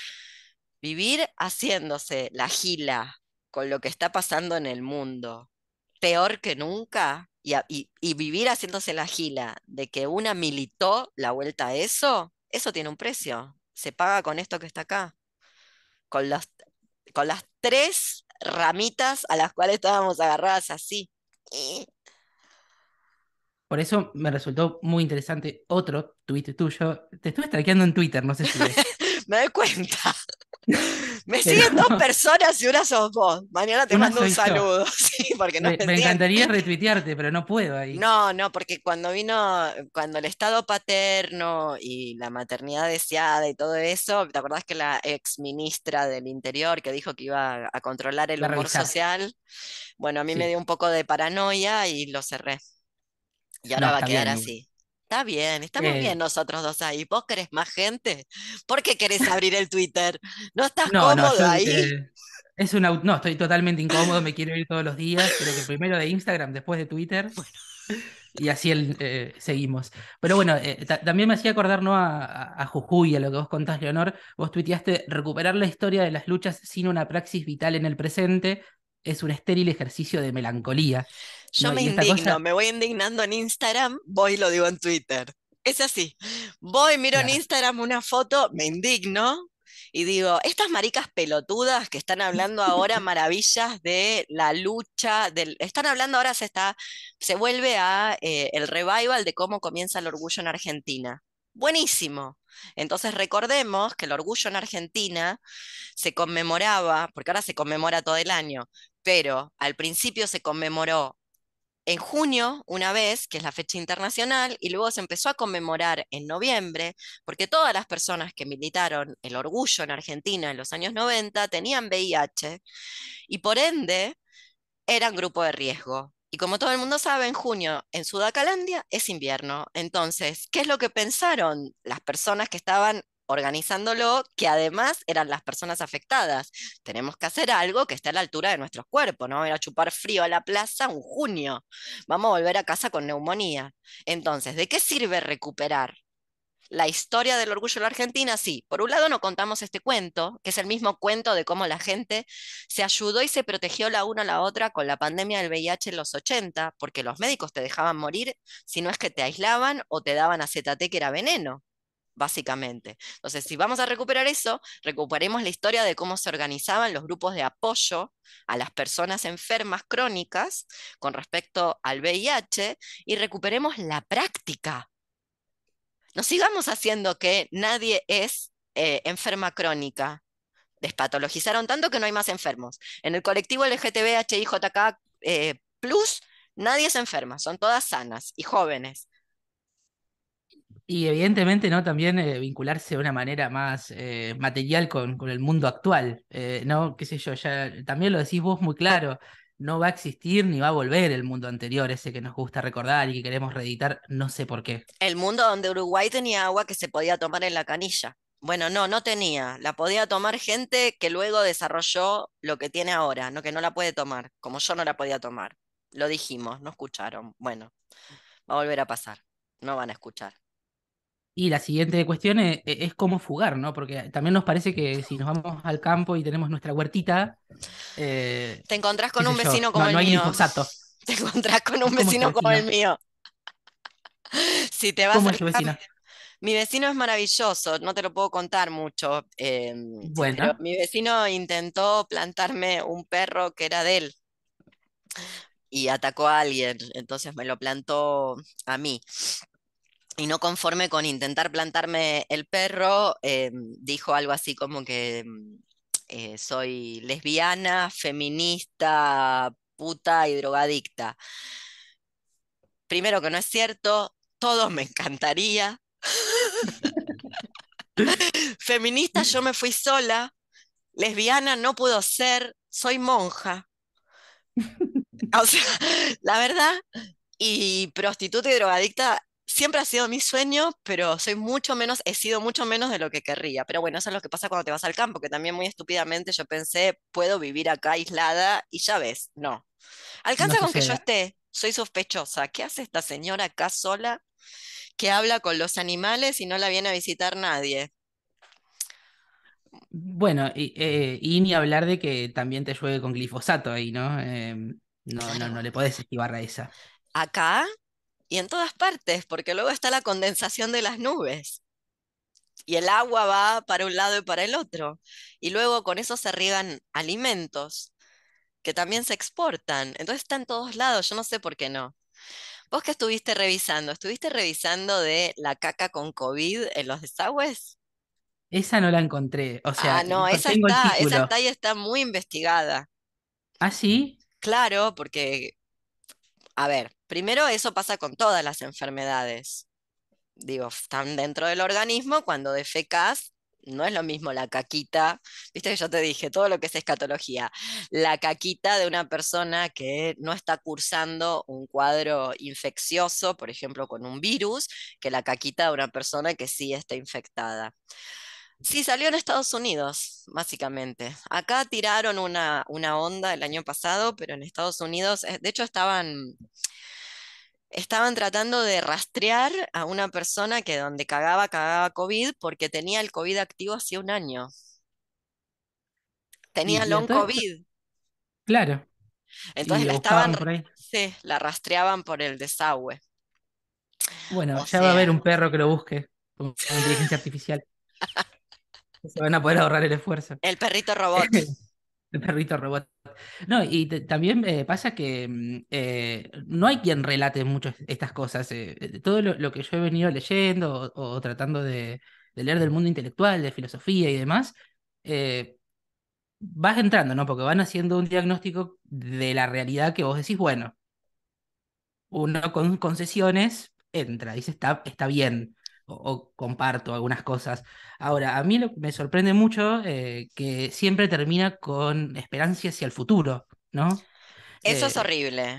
Vivir haciéndose la gila con lo que está pasando en el mundo, peor que nunca, y vivir haciéndose la gila de que una militó la vuelta a eso tiene un precio. Se paga con esto que está acá, con con las tres ramitas a las cuales estábamos agarradas así. Y por eso me resultó muy interesante otro tuit tuyo. Te estuve stalkeando en Twitter, no sé si ves. me doy cuenta. Me Pero siguen dos personas y una sos vos. Mañana te una mando un soy yo. saludo, sí, porque no me Me siguen. encantaría retuitearte, pero no puedo ahí. No, no, porque cuando el estado paterno y la maternidad deseada y todo eso, ¿te acordás que la ex ministra del Interior que dijo que iba a controlar el La humor revisás. social? Bueno, a mí me Sí. dio un poco de paranoia y lo cerré. Y No, ahora va a está quedar bien igual. así. Está bien, estamos bien Eh, nosotros dos ahí. ¿Vos querés más gente? ¿Por qué querés abrir el Twitter? ¿No estás no, no, cómodo ahí? es una, no, estoy totalmente incómodo, me quiero ir todos los días. Creo que primero de Instagram, después de Twitter. Y así seguimos. Pero bueno, también me hacía acordar, ¿no? A Jujuy, a lo que vos contás, Leonor. Vos tuiteaste, recuperar la historia de las luchas sin una praxis vital en el presente es un estéril ejercicio de melancolía, Yo ¿no? me Y esta indigno, cosa, me voy indignando en Instagram, voy y lo digo en Twitter. Es así. Voy, miro en claro, Instagram una foto, me indigno y digo, estas maricas pelotudas que están hablando ahora maravillas de la lucha, están hablando ahora se vuelve a el revival de cómo comienza el orgullo en Argentina. Buenísimo. Entonces recordemos que el orgullo en Argentina se conmemoraba, porque ahora se conmemora todo el año, pero al principio se conmemoró en junio una vez, que es la fecha internacional, y luego se empezó a conmemorar en noviembre, porque todas las personas que militaron el orgullo en Argentina en los años 90 tenían VIH y por ende eran grupo de riesgo. Y como todo el mundo sabe, en junio en Sudacalandia es invierno. Entonces, ¿qué es lo que pensaron las personas que estaban organizándolo, que además eran las personas afectadas? Tenemos que hacer algo que esté a la altura de nuestros cuerpos, ¿no? Ir a chupar frío a la plaza un junio. Vamos a volver a casa con neumonía. Entonces, ¿de qué sirve recuperar la historia del orgullo de la Argentina? Sí, por un lado no contamos este cuento, que es el mismo cuento de cómo la gente se ayudó y se protegió la una a la otra con la pandemia del VIH en los 80, porque los médicos te dejaban morir si no es que te aislaban o te daban acetate que era veneno, básicamente. Entonces, si vamos a recuperar eso, recuperemos la historia de cómo se organizaban los grupos de apoyo a las personas enfermas crónicas con respecto al VIH y recuperemos la práctica. No sigamos haciendo que nadie es enferma crónica. Despatologizaron tanto que no hay más enfermos. En el colectivo LGTB-HIJK Plus, nadie se enferma, son todas sanas y jóvenes. Y evidentemente, ¿no? También vincularse de una manera más material con el mundo actual, ¿no? Qué sé yo, ya también lo decís vos muy claro, no va a existir ni va a volver el mundo anterior, ese que nos gusta recordar y que queremos reeditar, no sé por qué. El mundo donde Uruguay tenía agua que se podía tomar en la canilla. Bueno, no, no tenía. La podía tomar gente que luego desarrolló lo que tiene ahora, no que no la puede tomar, como yo no la podía tomar. Lo dijimos, no escucharon. Bueno, va a volver a pasar. No van a escuchar. Y la siguiente cuestión es cómo fugar, ¿no? Porque también nos parece que si nos vamos al campo y tenemos nuestra huertita, Te encontrás qué con sé un yo, vecino como no, el no hay mío. glifosato. Te encontrás con ¿Y un cómo es tu vecino como el vecino? mío. Si te vas ¿Cómo al es tu campo, vecino? mi vecino es maravilloso, no te lo puedo contar mucho, pero Bueno. mi vecino intentó plantarme un perro que era de él y atacó a alguien, entonces me lo plantó a mí. Y no conforme con intentar plantarme el perro, dijo algo así como que soy lesbiana, feminista, puta y drogadicta. Primero que no es cierto, todo me encantaría. Feminista yo me fui sola, lesbiana no puedo ser, soy monja. O sea, la verdad, y prostituta y drogadicta siempre ha sido mi sueño, pero soy mucho menos, he sido mucho menos de lo que querría. Pero bueno, eso es lo que pasa cuando te vas al campo, que también muy estúpidamente yo pensé, puedo vivir acá aislada y ya ves, no. No Alcanza con que yo sucede. esté, soy sospechosa. ¿Qué hace esta señora acá sola que habla con los animales y no la viene a visitar nadie? Bueno, y ni hablar de que también te llueve con glifosato ahí, ¿no? No Claro, le podés esquivar a esa. acá y en todas partes, porque luego está la condensación de las nubes y el agua va para un lado y para el otro. Y luego con eso se riegan alimentos que también se exportan. Entonces está en todos lados, yo no sé por qué no. ¿Vos qué estuviste revisando? ¿Estuviste revisando de la caca con COVID en los desagües? Esa no la encontré. O Ah, sea, no, tengo el esa título. está y está muy investigada. ¿Ah, sí? Claro, porque, a ver, primero eso pasa con todas las enfermedades. Digo, están dentro del organismo, cuando defecas, no es lo mismo la caquita, viste que yo te dije, todo lo que es escatología, la caquita de una persona que no está cursando un cuadro infeccioso, por ejemplo, con un virus, que la caquita de una persona que sí está infectada. Sí, salió en Estados Unidos, básicamente. Acá tiraron una onda el año pasado, pero en Estados Unidos, de hecho, estaban tratando de rastrear a una persona que donde cagaba, cagaba COVID porque tenía el COVID activo hacía un año. Tenía Y long entonces, COVID. claro. Y Entonces lo buscaban por ahí. sí, la rastreaban por el desagüe. Bueno, O ya va a sea, haber un perro que lo busque con inteligencia artificial. Se van a poder ahorrar el esfuerzo. el perrito robot. El perrito robot. No, y también pasa que no hay quien relate mucho estas cosas. Todo lo que yo he venido leyendo o tratando de leer del mundo intelectual, de filosofía y demás, eh, vas entrando, ¿no? Porque van haciendo un diagnóstico de la realidad que vos decís, bueno. uno con concesiones entra, dice está bien, o comparto algunas cosas. Ahora, a mí me sorprende mucho que siempre termina con esperanza hacia el futuro, ¿no? Eso es Eh, horrible.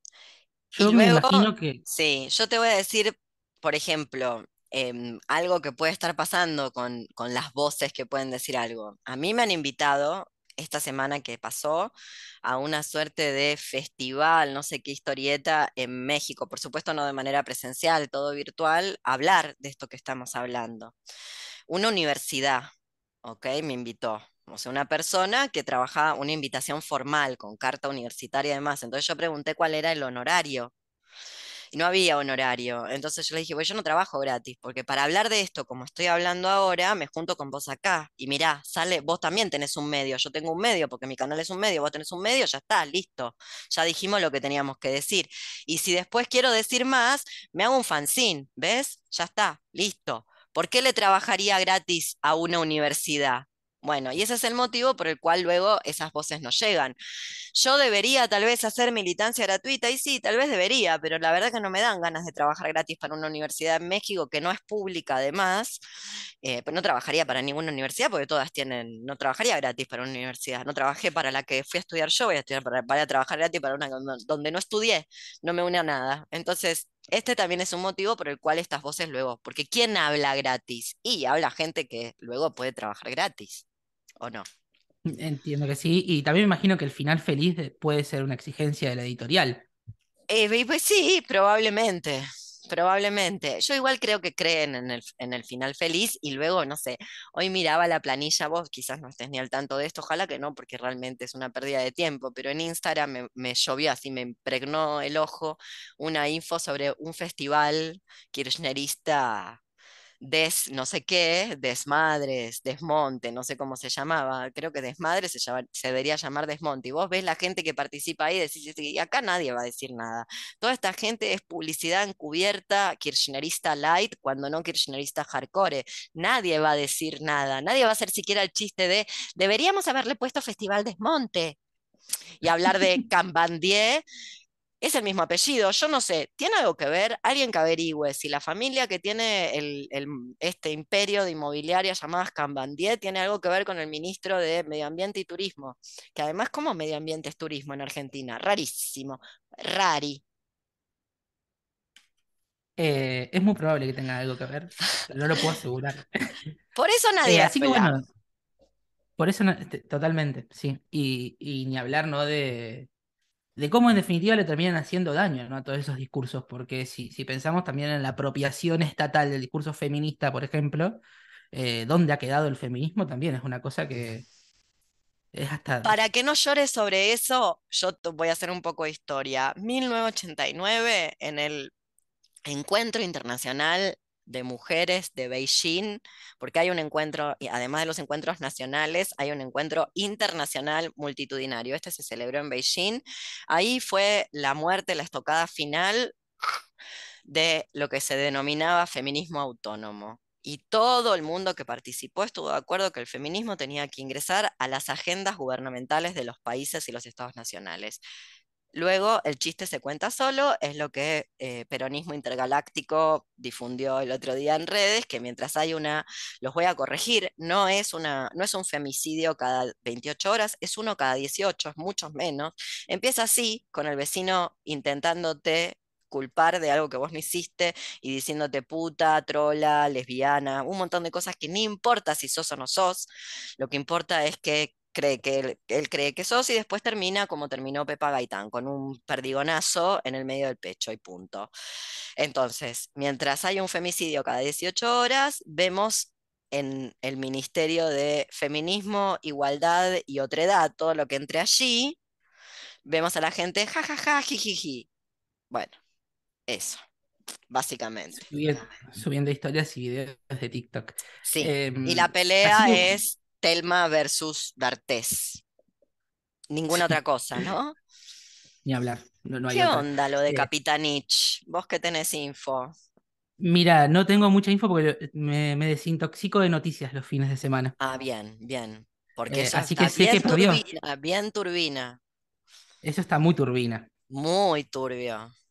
Y yo me luego, imagino que sí, yo te voy a decir, por ejemplo, algo que puede estar pasando con las voces que pueden decir algo. A mí me han invitado esta semana que pasó a una suerte de festival, no sé qué historieta en México, por supuesto no de manera presencial, todo virtual, a hablar de esto que estamos hablando. Una universidad, ¿ok? Me invitó. O sea, una persona que trabaja una invitación formal con carta universitaria y demás. Entonces yo pregunté cuál era el honorario y no había honorario. Entonces yo le dije, pues yo no trabajo gratis, porque para hablar de esto, como estoy hablando ahora, me junto con vos acá. Y mirá, sale, vos también tenés un medio, yo tengo un medio, porque mi canal es un medio, vos tenés un medio, ya está, listo. Ya dijimos lo que teníamos que decir. Y si después quiero decir más, me hago un fanzine, ¿ves? Ya está, listo. ¿Por qué le trabajaría gratis a una universidad? Bueno, y ese es el motivo por el cual luego esas voces no llegan. Yo debería tal vez hacer militancia gratuita, y sí, tal vez debería, pero la verdad que no me dan ganas de trabajar gratis para una universidad en México que no es pública además, pues no trabajaría para ninguna universidad porque todas tienen, no trabajaría gratis para una universidad, no trabajé para la que fui a estudiar yo, voy a estudiar para trabajar gratis para una donde no estudié, no me une a nada. Entonces, este también es un motivo por el cual estas voces luego, porque ¿quién habla gratis? Y habla gente que luego puede trabajar gratis, ¿o no? entiendo que sí, y también me imagino que el final feliz puede ser una exigencia de la editorial. Y pues sí, probablemente, probablemente. Yo igual creo que creen en el final feliz y luego, no sé, hoy miraba la planilla, vos quizás no estés ni al tanto de esto, ojalá que no, porque realmente es una pérdida de tiempo, pero en Instagram me llovió así, me impregnó el ojo una info sobre un festival kirchnerista no sé qué, Desmadres, Desmonte, no sé cómo se llamaba, creo que Desmadre se debería llamar Desmonte. Y vos ves la gente que participa ahí y decís, y acá nadie va a decir nada. Toda esta gente es publicidad encubierta, kirchnerista light, cuando no kirchnerista hardcore. Nadie va a decir nada, nadie va a hacer siquiera el chiste de, deberíamos haberle puesto Festival Desmonte y hablar de Cambandier es el mismo apellido, yo no sé, ¿tiene algo que ver? Alguien que averigüe si la familia que tiene este imperio de inmobiliaria llamada Scambandier tiene algo que ver con el ministro de Medio Ambiente y Turismo, que además, ¿cómo medio ambiente es turismo en Argentina? Rarísimo, rari. Es muy probable que tenga algo que ver, pero no lo puedo asegurar. Por eso nadie Así que habla. bueno, por eso totalmente, sí. Y ni hablar, ¿no? De cómo en definitiva le terminan haciendo daño, ¿no? A todos esos discursos, porque si pensamos también en la apropiación estatal del discurso feminista, por ejemplo, ¿dónde ha quedado el feminismo? También es una cosa que es hasta... Para que no llores sobre eso, yo voy a hacer un poco de historia. 1989, en el Encuentro Internacional de Mujeres de Beijing, porque hay un encuentro, y además de los encuentros nacionales, hay un encuentro internacional multitudinario. Este se celebró en Beijing. Ahí fue la muerte, la estocada final de lo que se denominaba feminismo autónomo. Y todo el mundo que participó estuvo de acuerdo que el feminismo tenía que ingresar a las agendas gubernamentales de los países y los estados nacionales. Luego el chiste se cuenta solo, es lo que Peronismo Intergaláctico difundió el otro día en redes, que mientras hay una, los voy a corregir, no es un femicidio cada 28 horas, es uno cada 18, es mucho menos. Empieza así, con el vecino intentándote culpar de algo que vos no hiciste y diciéndote puta, trola, lesbiana, un montón de cosas que ni importa si sos o no sos, lo que importa es que cree que él cree que sos y después termina como terminó Pepa Gaitán, con un perdigonazo en el medio del pecho y punto. Entonces, mientras hay un femicidio cada 18 horas, vemos en el Ministerio de Feminismo, Igualdad y Otredad, todo lo que entre allí, vemos a la gente jajaja, jijiji. Bueno, eso, básicamente. subiendo historias y videos de TikTok. Sí, y la Así pelea que, es Telma versus D'Artés. Ninguna otra sí, cosa, ¿no? ni hablar, no hay ¿Qué otra. onda lo de Eh, Capitanich? Vos que tenés info. Mira, no tengo mucha info porque me desintoxico de noticias los fines de semana. Ah, bien, bien. Porque eso Así que está sé que perdió. bien turbina, Eso está muy turbina. muy turbio.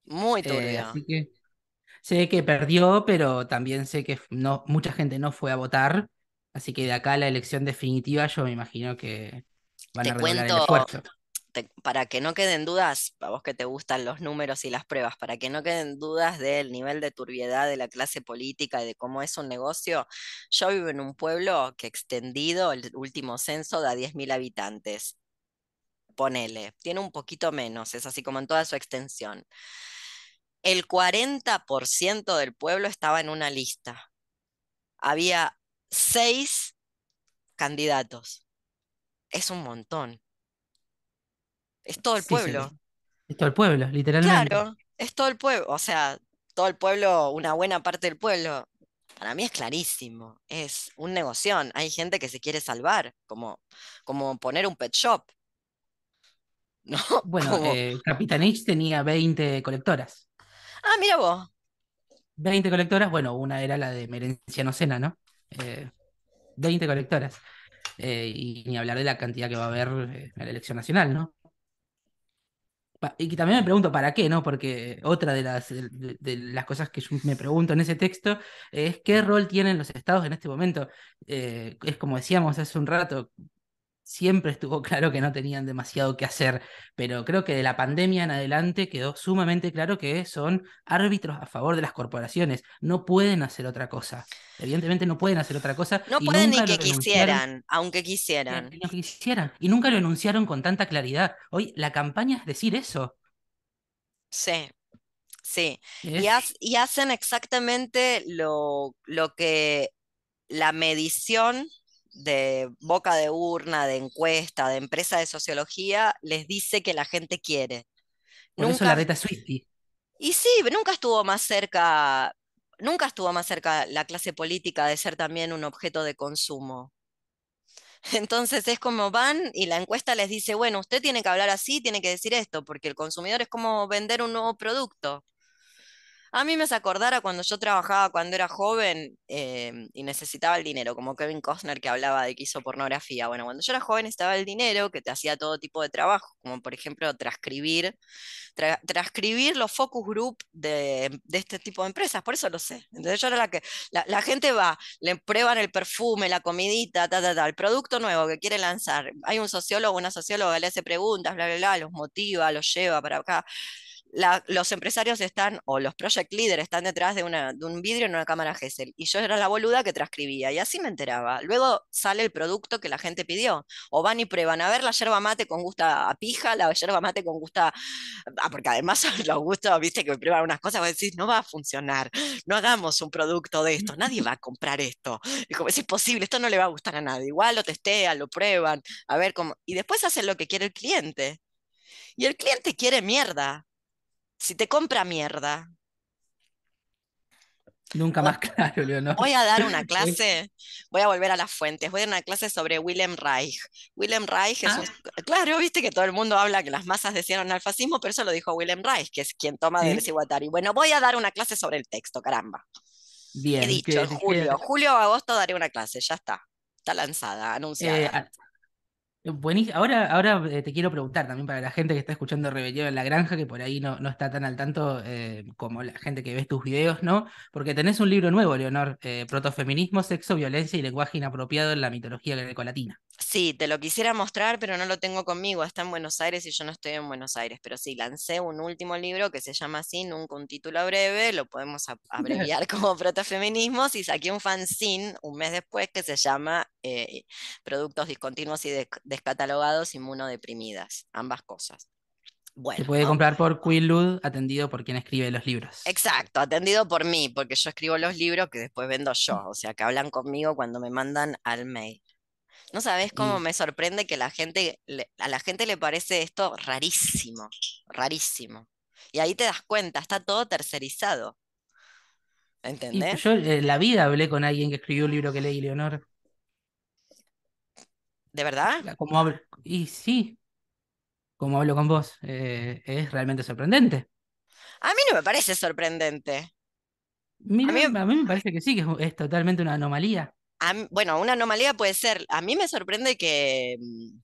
Muy turbio. Así que sé que perdió, pero también sé que no, mucha gente no fue a votar. Así que de acá a la elección definitiva yo me imagino que van Te a redoblar el cuento, esfuerzo. para que no queden dudas, a vos que te gustan los números y las pruebas, para que no queden dudas del nivel de turbiedad de la clase política y de cómo es un negocio, yo vivo en un pueblo que extendido, el último censo da 10.000 habitantes. Ponele, tiene un poquito menos, es así como en toda su extensión. El 40% del pueblo estaba en una lista. Había 6 candidatos. Es un montón. Es todo el Sí, pueblo. es todo el pueblo, literalmente. Claro, es todo el pueblo. O sea, todo el pueblo, una buena parte del pueblo. Para mí es clarísimo. Es un negoción. Hay gente que se quiere salvar, como poner un pet shop, ¿no? Bueno, Como, Capitanich tenía 20 colectoras. mira vos. 20 colectoras, bueno, una era la de Merenciano Sena, ¿no? Eh, 20 colectoras. Y ni hablar de la cantidad que va a haber en la elección nacional, ¿no? Y que también me pregunto para qué, ¿no? Porque otra de las cosas que yo me pregunto en ese texto es qué rol tienen los estados en este momento. Es como decíamos hace un rato, siempre estuvo claro que no tenían demasiado que hacer, pero creo que de la pandemia en adelante quedó sumamente claro que son árbitros a favor de las corporaciones. No pueden hacer otra cosa. Evidentemente no pueden hacer otra cosa No y pueden ni nunca lo que denunciaron quisieran, aunque quisieran. lo que quisieran. Y nunca lo enunciaron con tanta claridad. Hoy la campaña es decir eso. Sí, sí. Y, Es, y hacen exactamente lo que la medición de boca de urna, de encuesta, de empresa de sociología, les dice que la gente quiere. por eso la Nunca, reta Swiftie. y sí, nunca estuvo más cerca la clase política de ser también un objeto de consumo. Entonces es como van y la encuesta les dice, bueno, usted tiene que hablar así, tiene que decir esto, porque el consumidor es como vender un nuevo producto. A mí me hace acordar a cuando yo trabajaba cuando era joven y necesitaba el dinero, como Kevin Costner que hablaba de que hizo pornografía. Bueno, cuando yo era joven necesitaba el dinero, que te hacía todo tipo de trabajo, como por ejemplo transcribir los focus group de este tipo de empresas, por eso lo sé. Entonces yo era la gente va, le prueban el perfume, la comidita, el producto nuevo que quiere lanzar. Hay un sociólogo, una socióloga, le hace preguntas, bla, bla, bla, los motiva, los lleva para acá. Los empresarios están, o los project leaders están detrás de un vidrio en una cámara Gesell. Y yo era la boluda que transcribía, y así me enteraba. Luego sale el producto que la gente pidió. O van y prueban a ver la yerba mate con gusto a pija, la yerba mate con gusto porque además los gustos, viste, que prueban unas cosas, vos decís, no va a funcionar, no hagamos un producto de esto, nadie va a comprar esto. Y como es imposible, esto no le va a gustar a nadie. Igual lo testean, lo prueban, a ver cómo. Y después hacen lo que quiere el cliente. Y el cliente quiere mierda. Si te compra mierda, Nunca voy, más claro, Leonor. voy a dar una Es- clase, voy a volver a las fuentes, voy a dar una clase sobre Wilhelm Reich. Wilhelm Reich es un... Ah, Claro, viste que todo el mundo habla que las masas decían al fascismo, pero eso lo dijo Wilhelm Reich, que es quien toma del sí. Guattari. Bueno, voy a dar una clase sobre el texto, caramba. He Bien, dicho, en julio o agosto daré una clase, ya está. Está lanzada, eh, anunciada. a- buenísimo. Ahora te quiero preguntar también para la gente que está escuchando Rebelión en la Granja, que por ahí no está tan al tanto como la gente que ve tus videos, ¿no? Porque tenés un libro nuevo, Leonor, Protofeminismo, Sexo, Violencia y Lenguaje Inapropiado en la Mitología Grecolatina. Sí, te lo quisiera mostrar, pero no lo tengo conmigo. Está en Buenos Aires y yo no estoy en Buenos Aires. Pero sí, lancé un último libro que se llama así, nunca un título breve, lo podemos abreviar como Protofeminismos, y saqué un fanzine un mes después que se llama Productos discontinuos y descatalogados inmunodeprimidas. Ambas cosas. Se Bueno, puede comprar por Quillud, atendido por quien escribe los libros. exacto, atendido por mí, porque yo escribo los libros que después vendo yo, o sea, que hablan conmigo cuando me mandan al mail. No sabes cómo Y, me sorprende que a la gente le parece esto rarísimo, rarísimo. Y ahí te das cuenta, está todo tercerizado, y ¿entendés? yo en la vida hablé con alguien que escribió un libro que leí, Leonor. ¿De verdad? ¿Cómo hablo? Y sí, como hablo con vos, es realmente sorprendente. A mí no me parece sorprendente. A Mira, mí, a mí me parece que sí, que es totalmente una anomalía. bueno, una anomalía puede ser. A mí me sorprende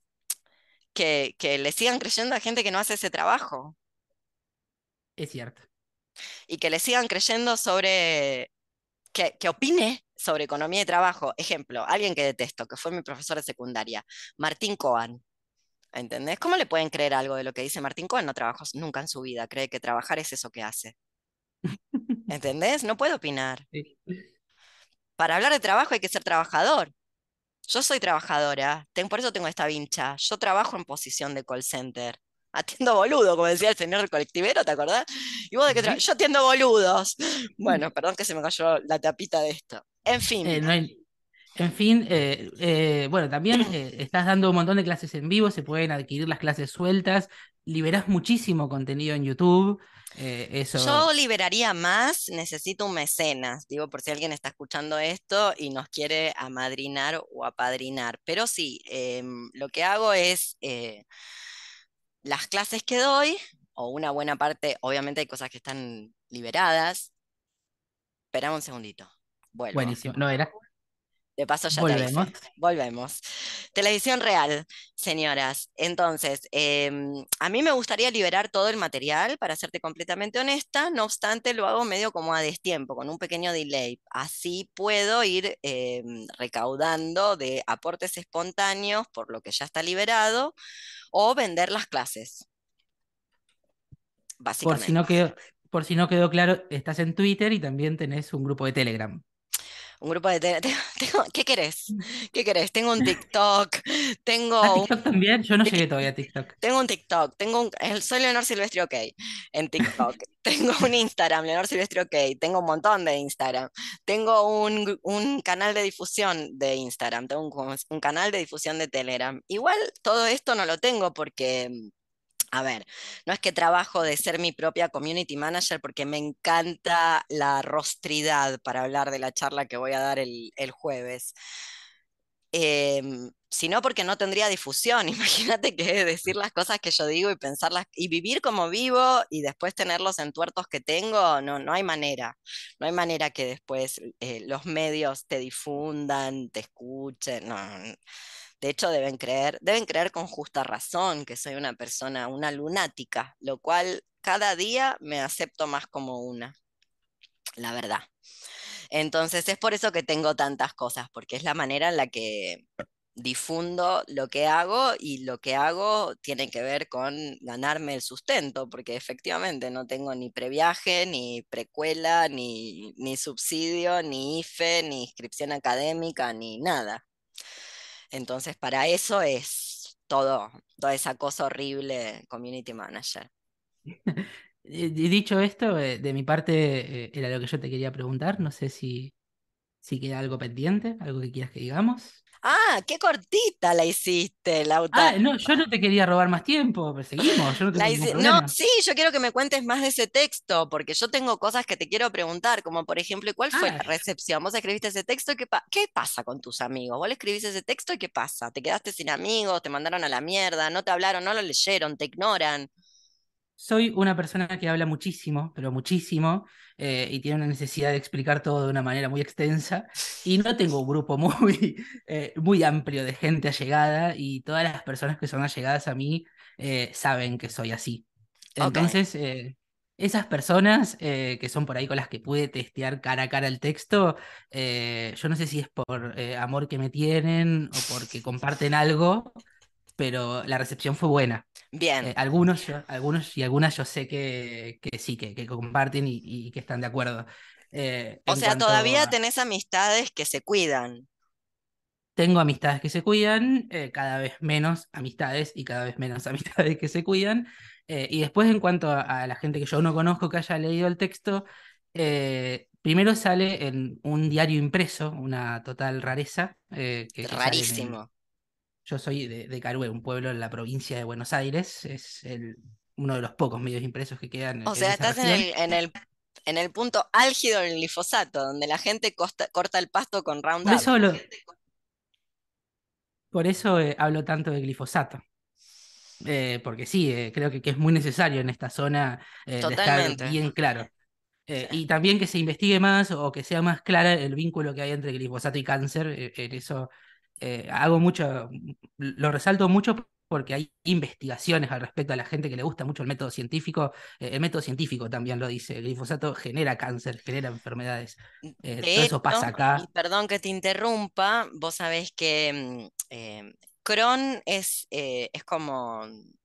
que le sigan creyendo a gente que no hace ese trabajo. Es cierto. y que le sigan creyendo sobre, que opine sobre economía y trabajo. Ejemplo, alguien que detesto, que fue mi profesor de secundaria, Martín Cohen. ¿Entendés? ¿Cómo le pueden creer algo de lo que dice Martín Cohen? No trabajó nunca en su vida, cree que trabajar es eso que hace. ¿Entendés? No puede opinar. Sí. Para hablar de trabajo hay que ser trabajador. Yo soy trabajadora, por eso tengo esta vincha. Yo trabajo en posición de call center. Atiendo boludo, como decía el señor del colectivero, ¿te acordás? Y vos de qué Sí. yo atiendo boludos. Bueno, perdón que se me cayó la tapita de esto. En fin, No hay, En fin, bueno, también estás dando un montón de clases en vivo, se pueden adquirir las clases sueltas, liberás muchísimo contenido en YouTube, yo eso, liberaría más, necesito un mecenas, digo, por si alguien está escuchando esto y nos quiere amadrinar o apadrinar. Pero sí, lo que hago es las clases que doy, o una buena parte, obviamente hay cosas que están liberadas. Espera un segundito, vuelvo. buenísimo. No era. De paso ya te Volvemos. avisé. Volvemos. Televisión real, señoras. Entonces, a mí me gustaría liberar todo el material, para serte completamente honesta. No obstante, lo hago medio como a destiempo, con un pequeño delay. Así puedo ir recaudando de aportes espontáneos por lo que ya está liberado o vender las clases, Por si básicamente. no quedó, por si no quedó claro, estás en Twitter y también tenés un grupo de Telegram. Un grupo de... ¿Qué querés? ¿Qué querés? Tengo un TikTok, Ah, tengo TikTok también, yo no Tiki- llegué todavía a TikTok. tengo un TikTok, soy Leonor Silvestri OK en TikTok, tengo un Instagram, Leonor Silvestri OK, tengo un montón de Instagram, tengo un canal de difusión de Instagram, tengo un canal de difusión de Telegram. Igual todo esto no lo tengo porque, a ver, no es que trabajo de ser mi propia community manager porque me encanta la rostridad para hablar de la charla que voy a dar el jueves, sino porque no tendría difusión. Imagínate que decir las cosas que yo digo y pensarlas y vivir como vivo y después tener los entuertos que tengo, no, no hay manera. No hay manera que después los medios te difundan, te escuchen. No, no, no. De hecho, deben creer con justa razón que soy una persona, una lunática, lo cual cada día me acepto más como una, la verdad. Entonces es por eso que tengo tantas cosas, porque es la manera en la que difundo lo que hago, y lo que hago tiene que ver con ganarme el sustento, porque efectivamente no tengo ni previaje, ni precuela, ni subsidio, ni IFE, ni inscripción académica, ni nada. Entonces para eso es todo, toda esa cosa horrible, community manager. Y dicho esto, de mi parte, era lo que yo te quería preguntar, no sé si queda algo pendiente, algo que quieras que digamos. Ah, qué cortita la hiciste, Lauta. Ah, no, yo no te quería robar más tiempo, pero seguimos, yo no tengo ningún No, problema. sí, yo quiero que me cuentes más de ese texto, porque yo tengo cosas que te quiero preguntar, como por ejemplo, ¿cuál fue Ah, la recepción? ¿Vos escribiste ese texto y qué pasa con tus amigos? ¿Vos le escribiste ese texto y qué pasa? ¿Te quedaste sin amigos? ¿Te mandaron a la mierda? ¿No te hablaron? ¿No lo leyeron? ¿Te ignoran? soy una persona que habla muchísimo, pero muchísimo, y tiene una necesidad de explicar todo de una manera muy extensa, y no tengo un grupo muy, muy amplio de gente allegada, y todas las personas que son allegadas a mí saben que soy así. Ok, Entonces, esas personas que son por ahí con las que pude testear cara a cara el texto, yo no sé si es por amor que me tienen o porque comparten algo, pero la recepción fue buena. bien. Algunos y algunas yo sé que sí, que comparten y que están de acuerdo. O En sea, cuanto todavía a, tenés amistades que se cuidan. tengo amistades que se cuidan, cada vez menos amistades y cada vez menos amistades que se cuidan. Y después en cuanto a la gente que yo no conozco que haya leído el texto, primero sale en un diario impreso, una total rareza, que sale en el... Rarísimo. Yo soy de Carué, un pueblo en la provincia de Buenos Aires, uno de los pocos medios impresos que quedan O en sea, esa estás región. en el punto álgido del glifosato, donde la gente corta el pasto con Por Roundup. eso, por eso hablo tanto de glifosato. Porque sí, creo que es muy necesario en esta zona dejar Totalmente. bien claro. Sí. Y también que se investigue más o que sea más clara el vínculo que hay entre glifosato y cáncer. En eso hago mucho, lo resalto mucho porque hay investigaciones al respecto a la gente que le gusta mucho el método científico. El método científico también lo dice, el glifosato genera cáncer, genera enfermedades. De Todo eso hecho, pasa y acá. perdón que te interrumpa, vos sabés que Crohn es como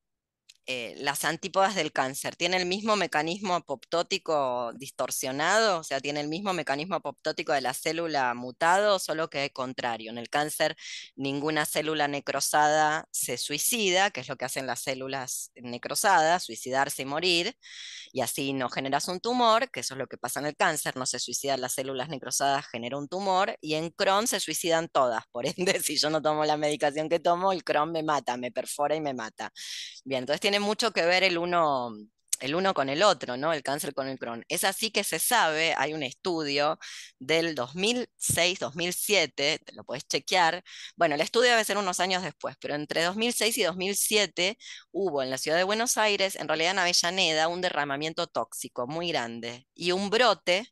las antípodas del cáncer. Tiene el mismo mecanismo apoptótico distorsionado, o sea, tiene el mismo mecanismo apoptótico de la célula mutado, solo que contrario. En el cáncer, ninguna célula necrosada se suicida, que es lo que hacen las células necrosadas, suicidarse y morir, y así no generas un tumor, que eso es lo que pasa en el cáncer, no se suicidan las células necrosadas, genera un tumor, y en Crohn se suicidan todas, por ende, si yo no tomo la medicación que tomo, el Crohn me mata, me perfora y me mata. Bien, entonces tiene mucho que ver el uno con el otro, ¿no? El cáncer con el Crohn. Es así que se sabe, hay un estudio del 2006-2007, te lo puedes chequear. Bueno, el estudio debe ser unos años después, pero entre 2006 y 2007 hubo en la ciudad de Buenos Aires, en realidad en Avellaneda, un derramamiento tóxico muy grande y un brote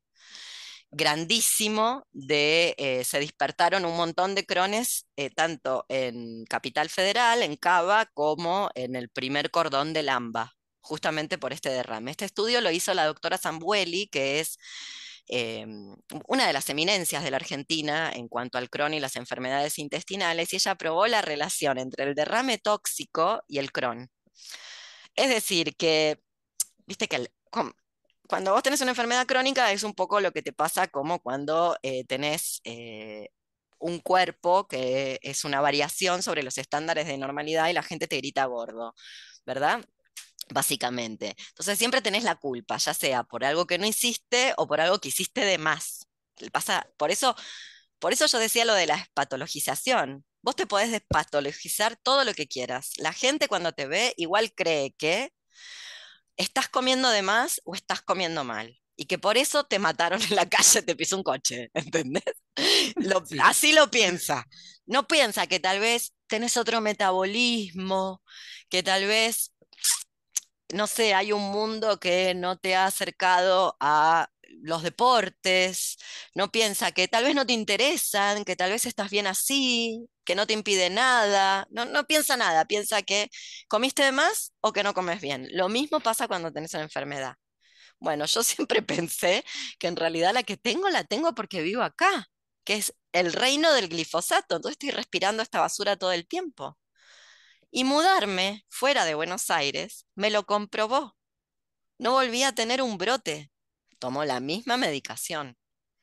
grandísimo se despertaron un montón de crones, tanto en Capital Federal, en Cava, como en el primer cordón del AMBA, justamente por este derrame. Este estudio lo hizo la doctora Zambueli, que es eh, una de las eminencias de la Argentina en cuanto al Crohn y las enfermedades intestinales, y ella probó la relación entre el derrame tóxico y el Crohn. Es decir, que, viste que cuando vos tenés una enfermedad crónica es un poco lo que te pasa como cuando tenés un cuerpo que es una variación sobre los estándares de normalidad y la gente te grita gordo, ¿verdad? Básicamente. Entonces siempre tenés la culpa, ya sea por algo que no hiciste o por algo que hiciste de más. Pasa, por eso yo decía lo de la espatologización. Vos te podés despatologizar todo lo que quieras. La gente cuando te ve igual cree que estás comiendo de más o estás comiendo mal. Y que por eso te mataron en la calle, te pisó un coche, ¿entendés? Sí. Así lo piensa. No piensa que tal vez tenés otro metabolismo, que tal vez, no sé, hay un mundo que no te ha acercado a los deportes, no piensa que tal vez no te interesan, que tal vez estás bien así, que no te impide nada, no piensa nada, piensa que comiste de más o que no comes bien. Lo mismo pasa cuando tenés una enfermedad. Bueno, yo siempre pensé que en realidad la que tengo la tengo porque vivo acá, que es el reino del glifosato, entonces estoy respirando esta basura todo el tiempo. Y mudarme fuera de Buenos Aires me lo comprobó. No volví a tener un brote. Tomo la misma medicación.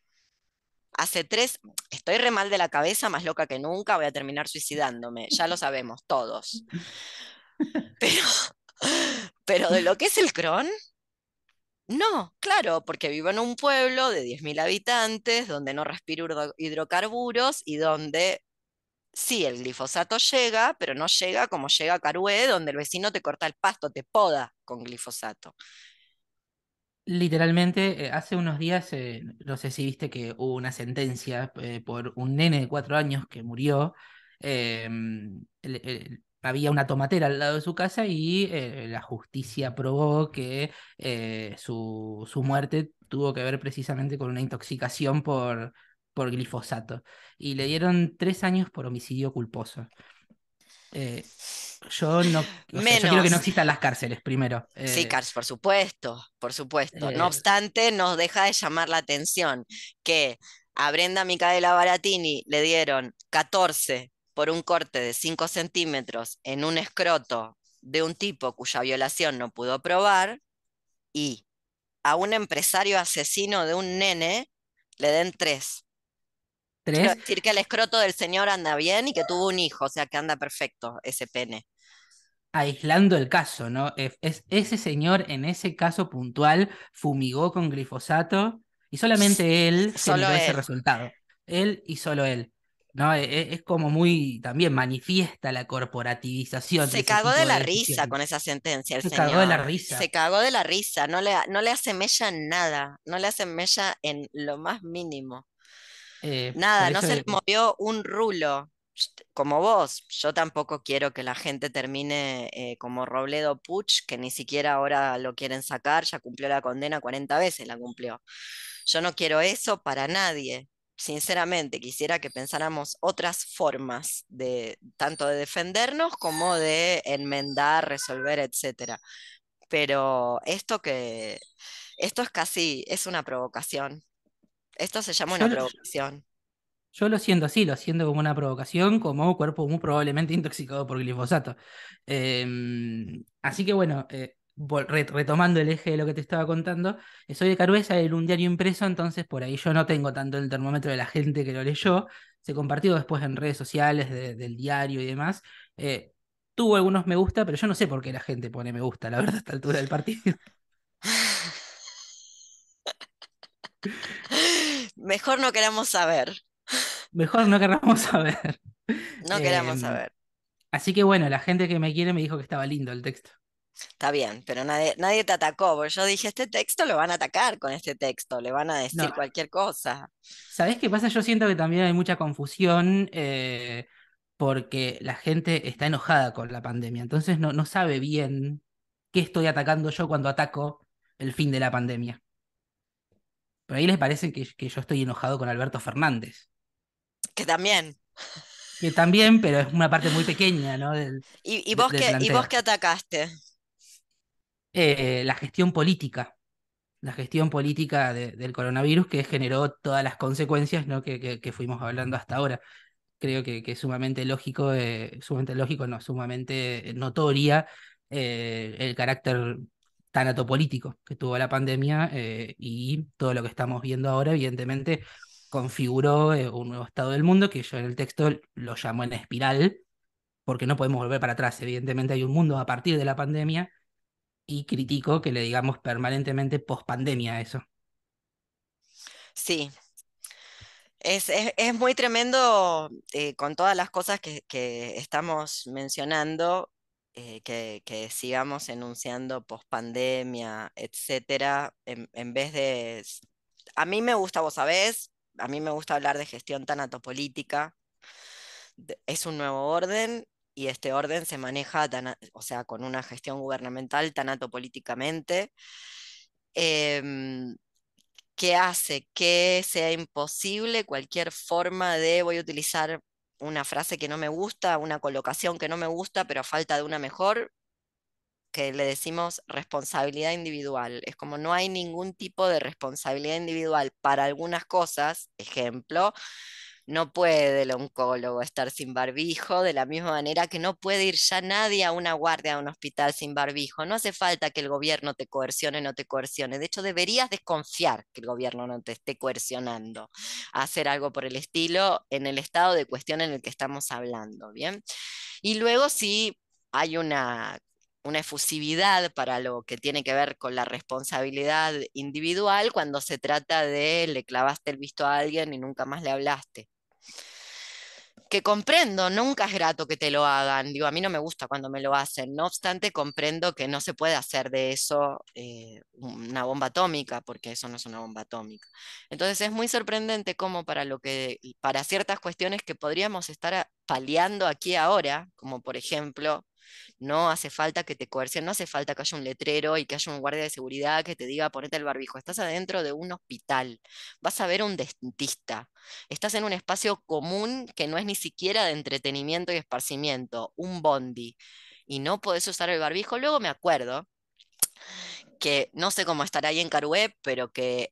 Hace estoy re mal de la cabeza, más loca que nunca, voy a terminar suicidándome. Ya lo sabemos todos. Pero, pero de lo que es el Crohn, no, claro, porque vivo en un pueblo de 10.000 habitantes, donde no respiro hidrocarburos y donde sí, el glifosato llega, pero no llega como llega a Carué, donde el vecino te corta el pasto, te poda con glifosato. Literalmente, hace unos días, no sé si viste que hubo una sentencia por un nene de 4 años que murió. Había una tomatera al lado de su casa y la justicia probó que su muerte tuvo que ver precisamente con una intoxicación por glifosato. Y le dieron 3 años por homicidio culposo. Eh, yo no, o sea, yo quiero que no Menos. existan las cárceles primero. Sí, Cars, por supuesto, por supuesto. No Eh, obstante, nos deja de llamar la atención que a Brenda Micaela Baratini le dieron 14 por un corte de 5 centímetros en un escroto de un tipo cuya violación no pudo probar, y a un empresario asesino de un nene le den 3. Quiero tres. decir que el escroto del señor anda bien y que tuvo un hijo, o sea que anda perfecto ese pene. Aislando el caso, ¿no? Ese señor en ese caso puntual fumigó con glifosato y solamente él Solo generó ese él. resultado. Él y solo él. ¿No? Es como muy, también manifiesta la corporativización de Se ese cagó tipo de de la risa decisiones. con esa sentencia el Se cagó de la señor. Se risa. cagó de la risa, no le hace mella en nada, no le hace mella en lo más mínimo. Por Nada, no eso se le movió un rulo. Como vos, yo tampoco quiero que la gente termine como Robledo Puch, que ni siquiera ahora lo quieren sacar, ya cumplió la condena 40 veces, la cumplió. Yo no quiero eso para nadie. sinceramente quisiera que pensáramos otras formas de tanto de defendernos como de enmendar, resolver, etcétera. Pero esto es casi, es una provocación. Esto se llama Yo, una lo- provocación. yo lo siento así, lo siento como una provocación, como cuerpo muy probablemente intoxicado por glifosato. Así que bueno, retomando el eje de lo que te estaba contando, soy de Caruesa, era un diario impreso, entonces por ahí yo no tengo tanto el termómetro de la gente que lo leyó. Se compartió después en redes sociales del diario y demás. Eh, Tuvo algunos me gusta, pero yo no sé por qué la gente pone me gusta, la verdad, a esta altura del partido. Mejor no queramos saber, Mejor no querramos saber. no queramos Em, saber. Así que bueno, la gente que me quiere me dijo que estaba lindo el texto. Está bien, pero nadie te atacó, porque yo dije, este texto lo van a atacar con este texto, le van a decir No, cualquier cosa. ¿sabés qué pasa? Yo siento que también hay mucha confusión porque la gente está enojada con la pandemia, entonces no sabe bien qué estoy atacando yo cuando ataco el fin de la pandemia. Por ahí les parece que yo estoy enojado con Alberto Fernández, Que también. que también, pero es una parte muy pequeña, ¿no? del Y vos planteo. qué atacaste? La gestión política. La gestión política del coronavirus que generó todas las consecuencias, ¿no? que fuimos hablando hasta ahora. Creo que es sumamente lógico, no, sumamente notoria el carácter tanatopolítico que tuvo la pandemia y todo lo que estamos viendo ahora, evidentemente, configuró un nuevo estado del mundo que yo en el texto lo llamo en espiral, porque no podemos volver para atrás. Evidentemente hay un mundo a partir de la pandemia y critico que le digamos permanentemente pospandemia a eso. Sí, es muy tremendo con todas las cosas que estamos mencionando, que sigamos enunciando pospandemia, etcétera, en vez de... A mí me gusta, vos sabés, a mí me gusta hablar de gestión tanatopolítica, es un nuevo orden y este orden se maneja, o sea, con una gestión gubernamental tanatopolíticamente. em, que hace que sea imposible cualquier forma de, voy a utilizar una frase que no me gusta, una colocación que no me gusta, pero a falta de una mejor, que le decimos responsabilidad individual. Es como no hay ningún tipo de responsabilidad individual para algunas cosas. Ejemplo, no puede el oncólogo estar sin barbijo, de la misma manera que no puede ir ya nadie a una guardia a un hospital sin barbijo. No hace falta que el gobierno te coercione o no te coercione. De hecho, deberías desconfiar que el gobierno no te esté coercionando a hacer algo por el estilo en el estado de cuestión en el que estamos hablando, ¿bien? Y luego sí hay una efusividad para lo que tiene que ver con la responsabilidad individual cuando se trata de le clavaste el visto a alguien y nunca más le hablaste. Que comprendo, nunca es grato que te lo hagan. Digo, a mí no me gusta cuando me lo hacen. No obstante, comprendo que no se puede hacer de eso una bomba atómica, porque eso no es una bomba atómica. Entonces es muy sorprendente cómo para ciertas cuestiones que podríamos estar paliando aquí ahora, como por ejemplo no hace falta que te coercien, no hace falta que haya un letrero y que haya un guardia de seguridad que te diga ponete el barbijo. Estás adentro de un hospital, vas a ver a un dentista, estás en un espacio común que no es ni siquiera de entretenimiento y esparcimiento, un bondi, y no podés usar el barbijo. Luego me acuerdo que no sé cómo estará ahí en Carué, pero que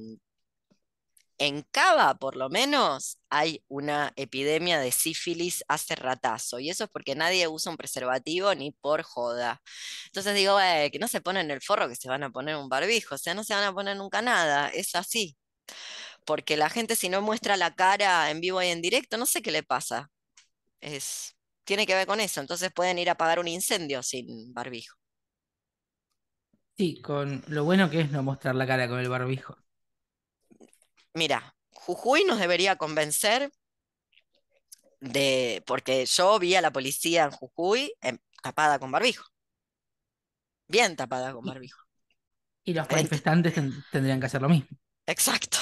en Cava, por lo menos, hay una epidemia de sífilis hace ratazo, y eso es porque nadie usa un preservativo ni por joda. Entonces digo, que no se ponen el forro, que se van a poner un barbijo, o sea, no se van a poner nunca nada, es así. Porque la gente si no muestra la cara en vivo y en directo, no sé qué le pasa. Es, tiene que ver con eso, entonces pueden ir a apagar un incendio sin barbijo. Sí, con lo bueno que es no mostrar la cara con el barbijo. Mira, Jujuy nos debería convencer porque yo vi a la policía en Jujuy tapada con barbijo, bien tapada con Y, barbijo. y los Ent- manifestantes tendrían que hacer lo mismo. Exacto.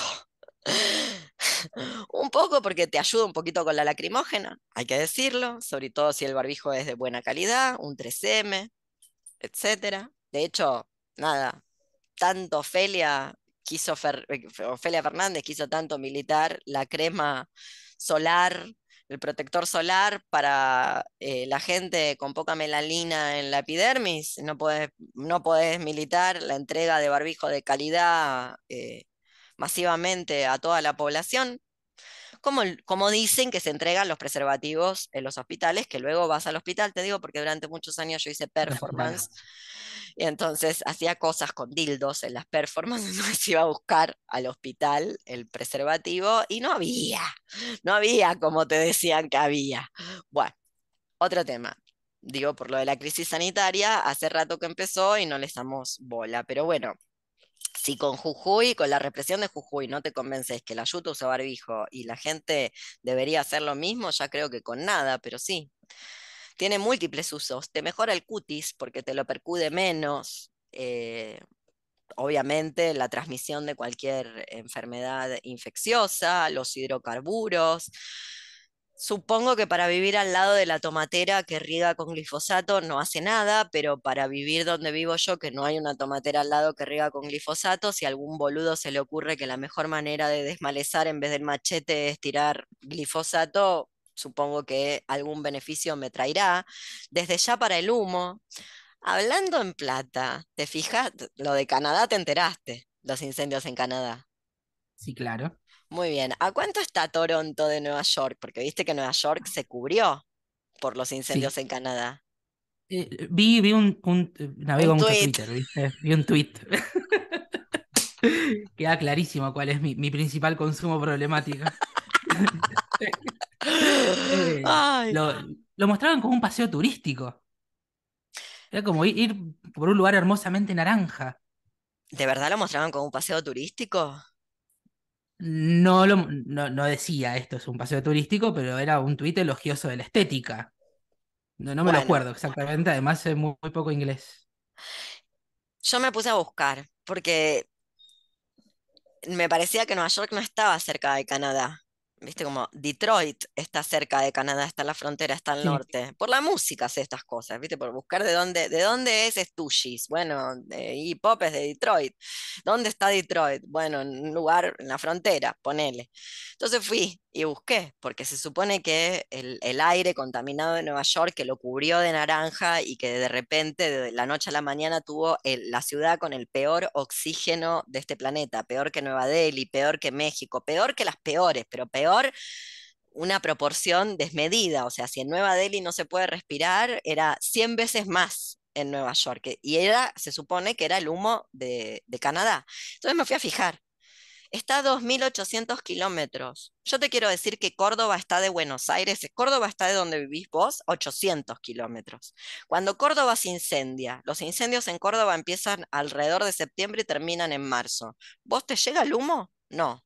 Un poco porque te ayuda un poquito con la lacrimógena, hay que decirlo, sobre todo si el barbijo es de buena calidad, un 3M, etcétera. De hecho, nada, tanto Ofelia. Ofelia Fernández quiso tanto militar la crema solar, el protector solar para la gente con poca melanina en la epidermis. No podés militar la entrega de barbijo de calidad masivamente a toda la población. Como dicen que se entregan los preservativos en los hospitales, que luego vas al hospital, te digo, porque durante muchos años yo hice al hospital. performance y entonces hacía cosas con dildos en las performances, entonces iba a buscar al hospital el preservativo y no había como te decían que había. Bueno, otro tema. Digo, por lo de la crisis sanitaria, hace rato que empezó y no les damos bola, pero bueno, si con Jujuy, con la represión de Jujuy, no te convences que la Yuta usa barbijo y la gente debería hacer lo mismo, ya creo que con nada, pero sí. Tiene múltiples usos. Te mejora el cutis porque te lo percude menos. Obviamente, la transmisión de cualquier enfermedad infecciosa, los hidrocarburos. Supongo que para vivir al lado de la tomatera que riega con glifosato no hace nada, pero para vivir donde vivo yo, que no hay una tomatera al lado que riega con glifosato, si a algún boludo se le ocurre que la mejor manera de desmalezar en vez del machete es tirar glifosato, supongo que algún beneficio me traerá. Desde ya para el humo, hablando en plata, ¿te fijas? Lo de Canadá te enteraste, los incendios en Canadá. Sí, claro. Muy bien. ¿A cuánto está Toronto de Nueva York? Porque viste que Nueva York se cubrió por los incendios Sí. en Canadá. Vi Un navego mucho tuit. Twitter, ¿viste? Vi un tweet. Queda clarísimo cuál es mi principal consumo problemático. Eh, Ay, lo, lo mostraban como un paseo turístico. Era como ir por un lugar hermosamente naranja. ¿de verdad lo mostraban como un paseo turístico? No decía esto es un paseo turístico, pero era un tuit elogioso de la estética. No me lo Bueno, acuerdo exactamente, además sé muy poco inglés. yo me puse a buscar porque me parecía que Nueva York no estaba cerca de Canadá. Viste como Detroit está cerca de Canadá, está en la frontera, está al Sí, norte. Por la música sé estas cosas, ¿viste? Por buscar de dónde es Stooges. Bueno, y Pop es de Detroit. ¿Dónde está Detroit? Bueno, en un lugar en la frontera, ponele. Entonces fui y busqué, porque se supone que el aire contaminado de Nueva York, que lo cubrió de naranja y que de repente, de la noche a la mañana, tuvo la ciudad con el peor oxígeno de este planeta, peor que Nueva Delhi, peor que México, peor que las peores, pero peor una proporción desmedida. O sea, si en Nueva Delhi no se puede respirar, era 100 veces más en Nueva York. Y se supone que era el humo de Canadá. Entonces me fui a fijar. Está a 2.800 kilómetros. Yo te quiero decir que Córdoba está de Buenos Aires, Córdoba está de donde vivís vos, 800 kilómetros. Cuando Córdoba se incendia, los incendios en Córdoba empiezan alrededor de septiembre y terminan en marzo. ¿Vos te llega el humo? No,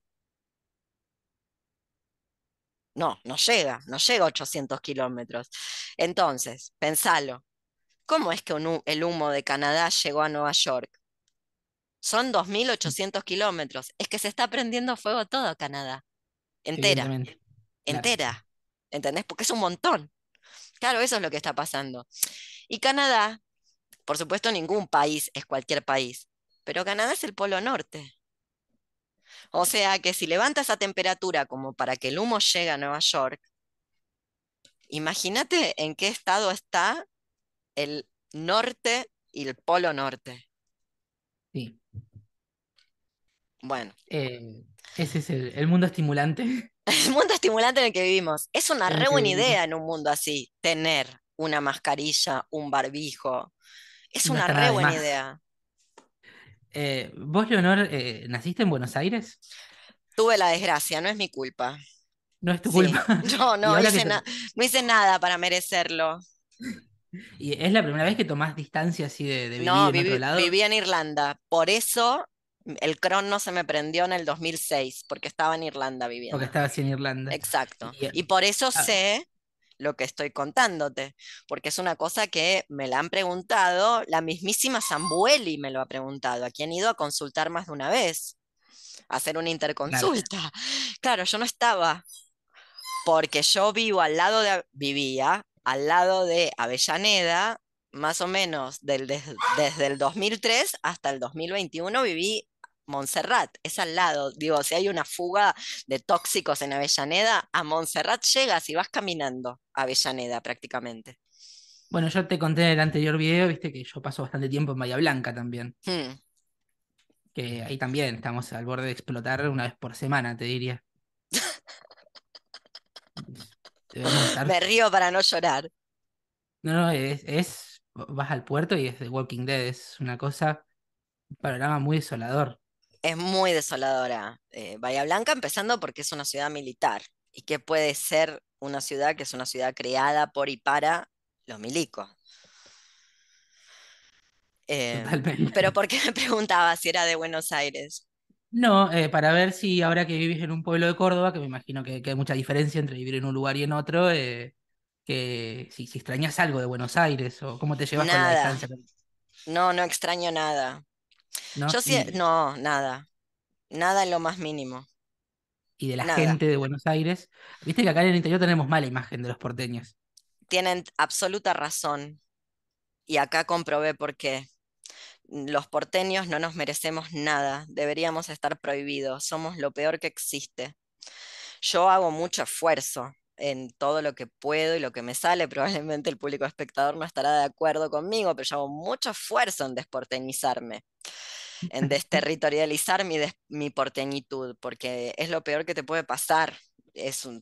no llega a 800 kilómetros. Entonces, pensalo, ¿cómo es que el humo de Canadá llegó a Nueva York? Son 2.800 kilómetros. Es que se está prendiendo fuego todo Canadá, entera. evidentemente. Claro. Entera. ¿Entendés? Porque es un montón. Claro, eso es lo que está pasando. Y Canadá, por supuesto, ningún país es cualquier país, pero Canadá es el Polo Norte. O sea que si levanta esa temperatura como para que el humo llegue a Nueva York, imagínate en qué estado está el norte y el Polo Norte. Sí. Bueno, Ese es el mundo estimulante el mundo estimulante en el que vivimos. Es una en el re que buena vivimos. idea en un mundo así, tener una mascarilla, un barbijo. Es No una está re nada de buena más. idea. Vos, Leonor, ¿naciste en Buenos Aires? Tuve la desgracia, no es mi culpa. No es tu culpa. Sí, no, Y no ahora hice no hice nada para merecerlo. y es la primera vez que tomás distancia así de vivir No, en otro lado, viví en Irlanda. Por eso el Cron no se me prendió en el 2006, porque estaba en Irlanda porque viviendo. estabas en Irlanda. Exacto. Y, Y por eso ah, sé lo que estoy contándote, porque es una cosa que me la han preguntado, la mismísima Sambueli me lo ha preguntado, a quien he ido a consultar más de una vez, a hacer una claro, interconsulta. Claro, yo no estaba, porque vivía al lado de Avellaneda, más o menos desde el 2003 hasta el 2021 viví Montserrat, es al lado. Digo, si hay una fuga de tóxicos en Avellaneda, a Montserrat llegas y vas caminando a Avellaneda prácticamente. Bueno, yo te conté en el anterior video, viste que yo paso bastante tiempo en Bahía Blanca también, Hmm. que ahí también estamos al borde de explotar una vez por semana, te diría. Debemos estar. Me río para no llorar. No, no, vas al puerto y es The Walking Dead, es una cosa, un panorama muy desolador. Es muy desoladora. Bahía Blanca, empezando porque es una ciudad militar. ¿Y qué puede ser una ciudad que es una ciudad creada por y para los milicos? Pero Totalmente. ¿por qué me preguntaba si era de Buenos Aires? No, para ver si ahora que vivís en un pueblo de Córdoba, que me imagino que hay mucha diferencia entre vivir en un lugar y en otro, que si extrañas algo de Buenos Aires o cómo te llevas con la Nada, distancia, no, no extraño nada. ¿no? Yo sí, no, nada, nada en lo más mínimo, Y de la nada. gente de Buenos Aires. Viste que acá en el interior tenemos mala imagen de los porteños. Tienen absoluta razón y acá comprobé por qué. Los porteños no nos merecemos nada, deberíamos estar prohibidos, somos lo peor que existe. Yo hago mucho esfuerzo en todo lo que puedo y lo que me sale. Probablemente el público espectador no estará de acuerdo conmigo, pero yo hago mucho esfuerzo en desporteñizarme, en desterritorializar mi porteñitud, porque es lo peor que te puede pasar. Es un,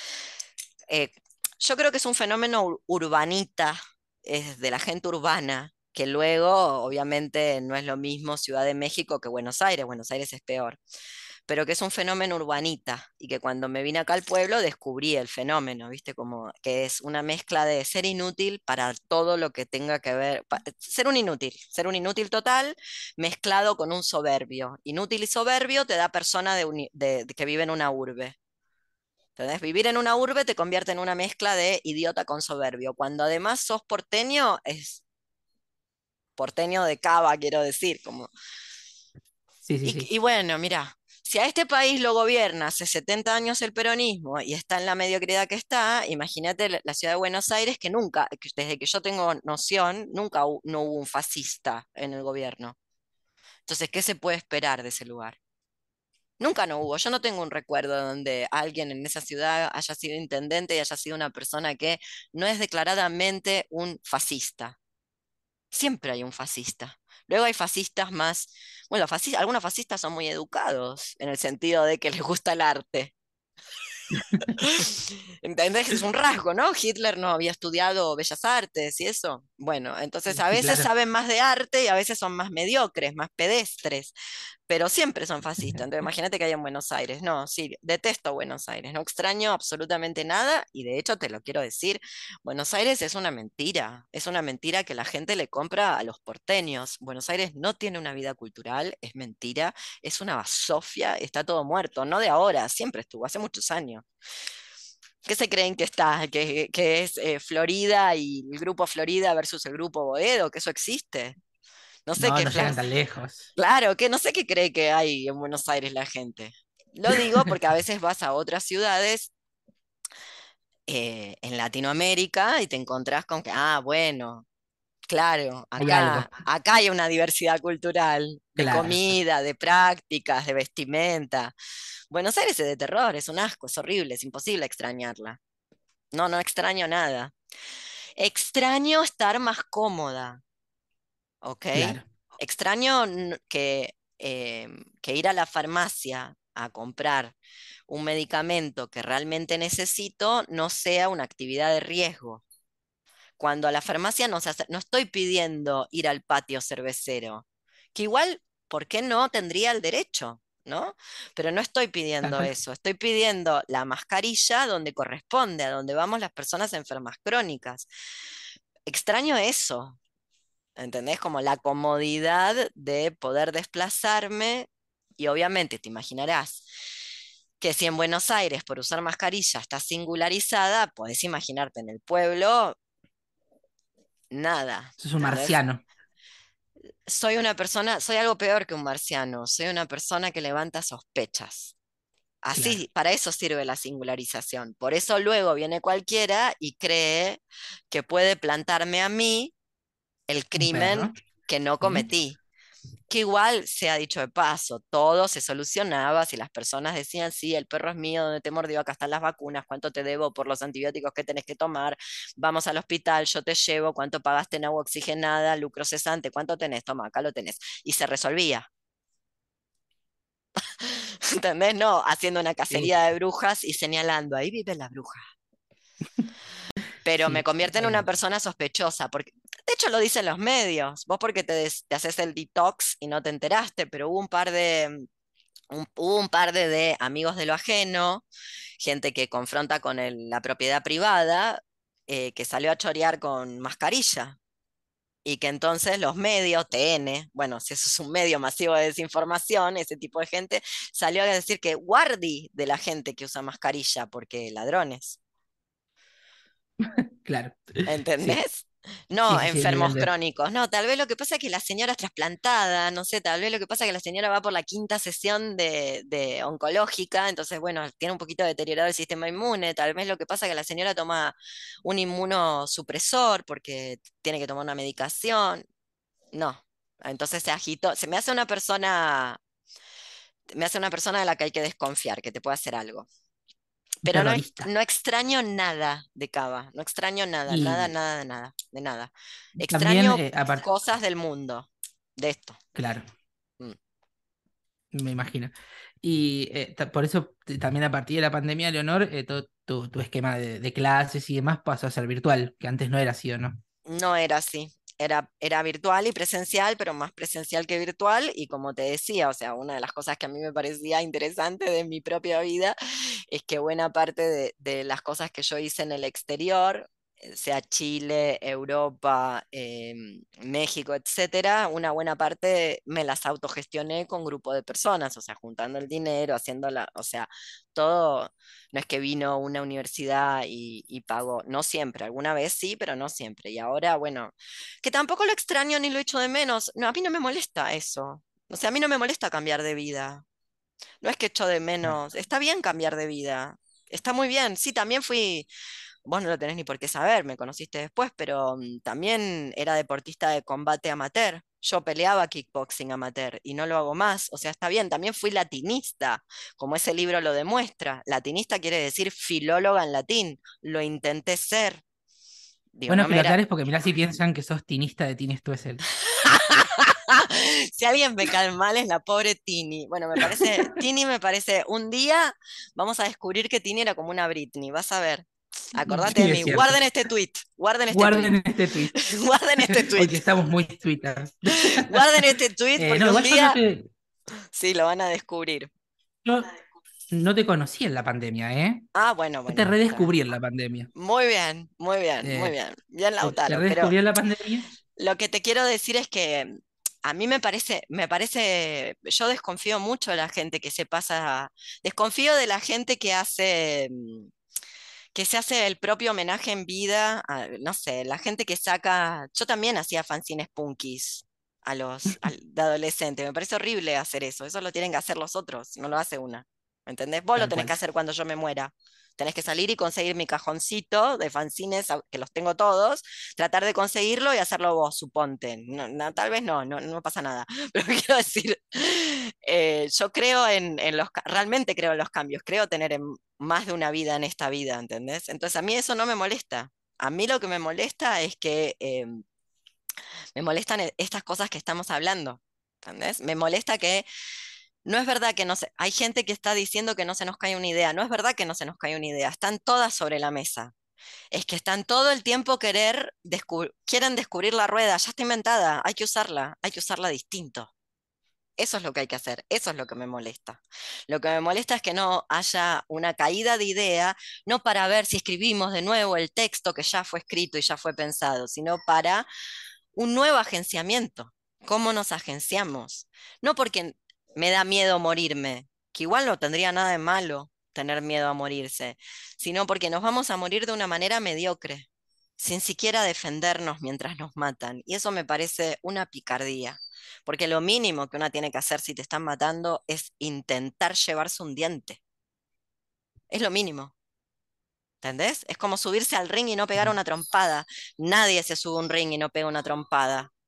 eh, yo creo que es un fenómeno urbanita, es de la gente urbana, que luego, obviamente, no es lo mismo Ciudad de México que Buenos Aires es peor, pero que es un fenómeno urbanita y que cuando me vine acá al pueblo descubrí el fenómeno, ¿viste? Como que es una mezcla de ser inútil para todo lo que tenga que ver, ser un inútil total mezclado con un soberbio. Inútil y soberbio te da persona de que vive en una urbe. ¿Entendés? Vivir en una urbe te convierte en una mezcla de idiota con soberbio. Cuando además sos porteño, es porteño de cava, quiero decir, como Sí, sí, sí. y bueno, mira, si a este país lo gobierna hace 70 años el peronismo y está en la mediocridad que está, imagínate la ciudad de Buenos Aires que nunca, desde que yo tengo noción, nunca no hubo un fascista en el gobierno. Entonces, ¿qué se puede esperar de ese lugar? Nunca no hubo. Yo no tengo un recuerdo donde alguien en esa ciudad haya sido intendente y haya sido una persona que no es declaradamente un fascista. Siempre hay un fascista. Luego hay fascistas más, bueno, algunos fascistas son muy educados en el sentido de que les gusta el arte. ¿Entendés? Es un rasgo, ¿no? Hitler no había estudiado bellas artes y eso. Bueno, entonces a Sí, veces claro. saben más de arte y a veces son más mediocres, más pedestres, pero siempre son fascistas. Entonces imagínate que hay en Buenos Aires. No, sí, detesto Buenos Aires, no extraño absolutamente nada y de hecho te lo quiero decir, Buenos Aires es una mentira que la gente le compra a los porteños. Buenos Aires no tiene una vida cultural, es mentira, es una basofia, está todo muerto, no de ahora, siempre estuvo, hace muchos años. ¿Qué se creen que está? ¿Que es Florida y el grupo Florida versus el grupo Boedo? ¿Que eso existe? No sé No, qué no llegan flash. tan lejos. Claro, que no sé qué cree que hay en Buenos Aires la gente. Lo digo porque a veces vas a otras ciudades en Latinoamérica y te encontrás con que, ah, bueno, claro, Hay algo. acá hay una diversidad cultural de Claro, comida, de prácticas, de vestimenta. Buenos Aires es de terror, es un asco, es horrible, es imposible extrañarla. No, no extraño nada. Extraño estar más cómoda, ¿ok? claro. Extraño que ir a la farmacia a comprar un medicamento que realmente necesito no sea una actividad de riesgo. Cuando a la farmacia no estoy pidiendo ir al patio cervecero, que igual, ¿por qué no? Tendría el derecho, ¿no? Pero no estoy Tal pidiendo cual. eso, estoy pidiendo la mascarilla donde corresponde, a donde vamos las personas enfermas crónicas. Extraño eso, ¿entendés? Como la comodidad de poder desplazarme y obviamente te imaginarás que si en Buenos Aires por usar mascarilla está singularizada, podés imaginarte en el pueblo nada, Sos un ¿entendés? marciano. Soy una persona, soy algo peor que un marciano, soy una persona que levanta sospechas. Claro. Así, para eso sirve la singularización. Por eso luego viene cualquiera y cree que puede plantarme a mí el Un crimen perro. que no ¿Sí? cometí. Que igual, sea dicho de paso, todo se solucionaba si las personas decían, sí, el perro es mío, donde te mordió, acá están las vacunas, cuánto te debo por los antibióticos que tenés que tomar, vamos al hospital, yo te llevo, cuánto pagaste en agua oxigenada, lucro cesante, cuánto tenés, toma, acá lo tenés. Y se resolvía. ¿Entendés? No, haciendo una Sí, cacería de brujas y señalando, ahí vive la bruja. Pero me sí. convierte en una persona sospechosa, porque de hecho lo dicen los medios, vos porque te haces el detox y no te enteraste, pero hubo un par de amigos de lo ajeno, gente que confronta con la propiedad privada, que salió a chorear con mascarilla. Y que entonces los medios, TN, bueno, si eso es un medio masivo de desinformación, ese tipo de gente, salió a decir que guardi de la gente que usa mascarilla, porque ladrones. Claro. Sí, ¿Entendés? sí, No, sí, sí, el nivel enfermos de... crónicos. No, tal vez lo que pasa es que la señora es trasplantada, no sé, tal vez lo que pasa es que la señora va por la quinta sesión de oncológica, entonces, bueno, tiene un poquito deteriorado el sistema inmune. Tal vez lo que pasa es que la señora toma un inmunosupresor porque tiene que tomar una medicación. No. Entonces se agitó. Me hace una persona de la que hay que desconfiar, que te puede hacer algo. Un Pero no, terrorista. no extraño nada de Cava, no extraño nada, nada, Y nada, de nada, de nada. también, Extraño cosas del mundo, de esto. claro, Mm. me imagino. Y por eso también a partir de la pandemia, Leonor, todo tu esquema de clases y demás pasó a ser virtual, que antes no era así, ¿o no? No era así. Era virtual y presencial, pero más presencial que virtual. Y como te decía, o sea, una de las cosas que a mí me parecía interesante de mi propia vida es que buena parte de las cosas que yo hice en el exterior, sea Chile, Europa, México, etcétera, una buena parte me las autogestioné con grupo de personas, o sea, juntando el dinero, haciéndola, o sea, todo. No es que vino una universidad y pagó, no siempre, alguna vez sí, pero no siempre. Y ahora, bueno, que tampoco lo extraño ni lo echo de menos. No, a mí no me molesta eso. O sea, a mí no me molesta cambiar de vida. No es que echo de Claro. menos. Está bien cambiar de vida. Está muy bien. Sí, también fui, vos no lo tenés ni por qué saber, me conociste después, pero también era deportista de combate amateur. Yo peleaba kickboxing amateur y no lo hago más. O sea, está bien, también fui latinista, como ese libro lo demuestra. Latinista quiere decir filóloga en latín. Lo intenté ser. Digo, Bueno no que me lo era. aclares porque mirá si piensan que sos tinista de Tini Stoessel. Si alguien me cae mal es la pobre Tini. Bueno, Tini me parece, un día vamos a descubrir que Tini era como una Britney, vas a ver. Acordate de Sí, es mí, cierto. guarden este tweet, guarden este tweet, Guarden este tweet. guarden este tweet, Hoy que estamos muy twitter. guarden este tweet porque No, un igual día sí lo van a descubrir. yo no te conocí en la pandemia, ¿eh? Ah, bueno, Yo te bueno, está. redescubrí en la pandemia. Muy bien, muy bien, muy Eh, bien. Bien, te Lautaro, pero redescubrí en la pandemia. lo que te quiero decir es que a mí yo desconfío mucho de la gente que se pasa, desconfío de la gente que hace, que se hace el propio homenaje en vida, no sé, la gente que saca, yo también hacía fanzines punkis de adolescente, me parece horrible hacer eso lo tienen que hacer los otros, no lo hace una, ¿me entendés? Vos lo Tal tenés que cual. hacer cuando yo me muera. Tenés que salir y conseguir mi cajoncito de fanzines, que los tengo todos, tratar de conseguirlo y hacerlo vos, suponte. Tal vez no pasa nada. Pero quiero decir, yo creo realmente creo en los cambios, creo tener más de una vida en esta vida, ¿entendés? Entonces a mí eso no me molesta. A mí lo que me molesta es que me molestan estas cosas que estamos hablando, ¿entendés? Me molesta que no es verdad que no se, hay gente que está diciendo que no se nos cae una idea, no es verdad que no se nos cae una idea, están todas sobre la mesa. Es que están todo el tiempo quieren descubrir la rueda, ya está inventada, hay que usarla distinto. Eso es lo que hay que hacer, eso es lo que me molesta. Lo que me molesta es que no haya una caída de idea, no para ver si escribimos de nuevo el texto que ya fue escrito y ya fue pensado, sino para un nuevo agenciamiento. ¿Cómo nos agenciamos? No porque me da miedo morirme, que igual no tendría nada de malo tener miedo a morirse, sino porque nos vamos a morir de una manera mediocre, sin siquiera defendernos mientras nos matan. Y eso me parece una picardía, porque lo mínimo que una tiene que hacer si te están matando es intentar llevarse un diente. Es lo mínimo. ¿Entendés? Es como subirse al ring y no pegar una trompada. Nadie se sube a un ring y no pega una trompada.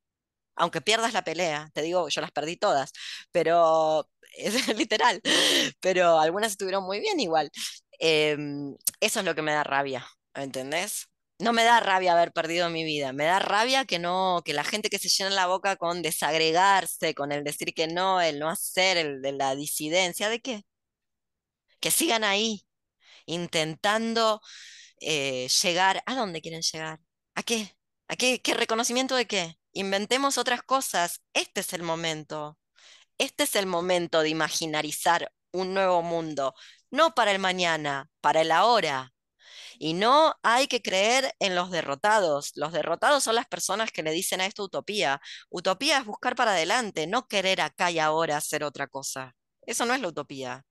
Aunque pierdas la pelea, te digo, yo las perdí todas, pero es literal, pero algunas estuvieron muy bien igual. Eso es lo que me da rabia, ¿entendés? No me da rabia haber perdido mi vida, me da rabia que no, que la gente que se llena la boca con desagregarse, con el decir que no, el no hacer, el de la disidencia, ¿de qué? Que sigan ahí intentando llegar. ¿A dónde quieren llegar? ¿A qué? ¿A qué? ¿Qué reconocimiento de qué? Inventemos otras cosas. Este es el momento. Este es el momento de imaginarizar un nuevo mundo, no para el mañana, para el ahora. Y no hay que creer en los derrotados. Los derrotados son las personas que le dicen a esto utopía. Utopía es buscar para adelante, no querer acá y ahora hacer otra cosa. Eso no es la utopía.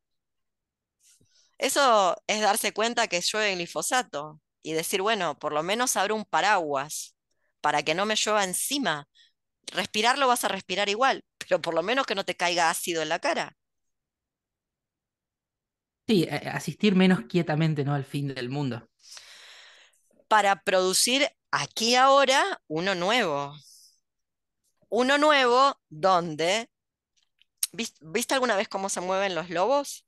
Eso es darse cuenta que llueve glifosato y decir, bueno, por lo menos abro un paraguas para que no me llueva encima. Respirarlo vas a respirar igual, pero por lo menos que no te caiga ácido en la cara. Sí, asistir menos quietamente, ¿no? Al fin del mundo. Para producir aquí ahora uno nuevo. Uno nuevo donde, ¿viste alguna vez cómo se mueven los lobos?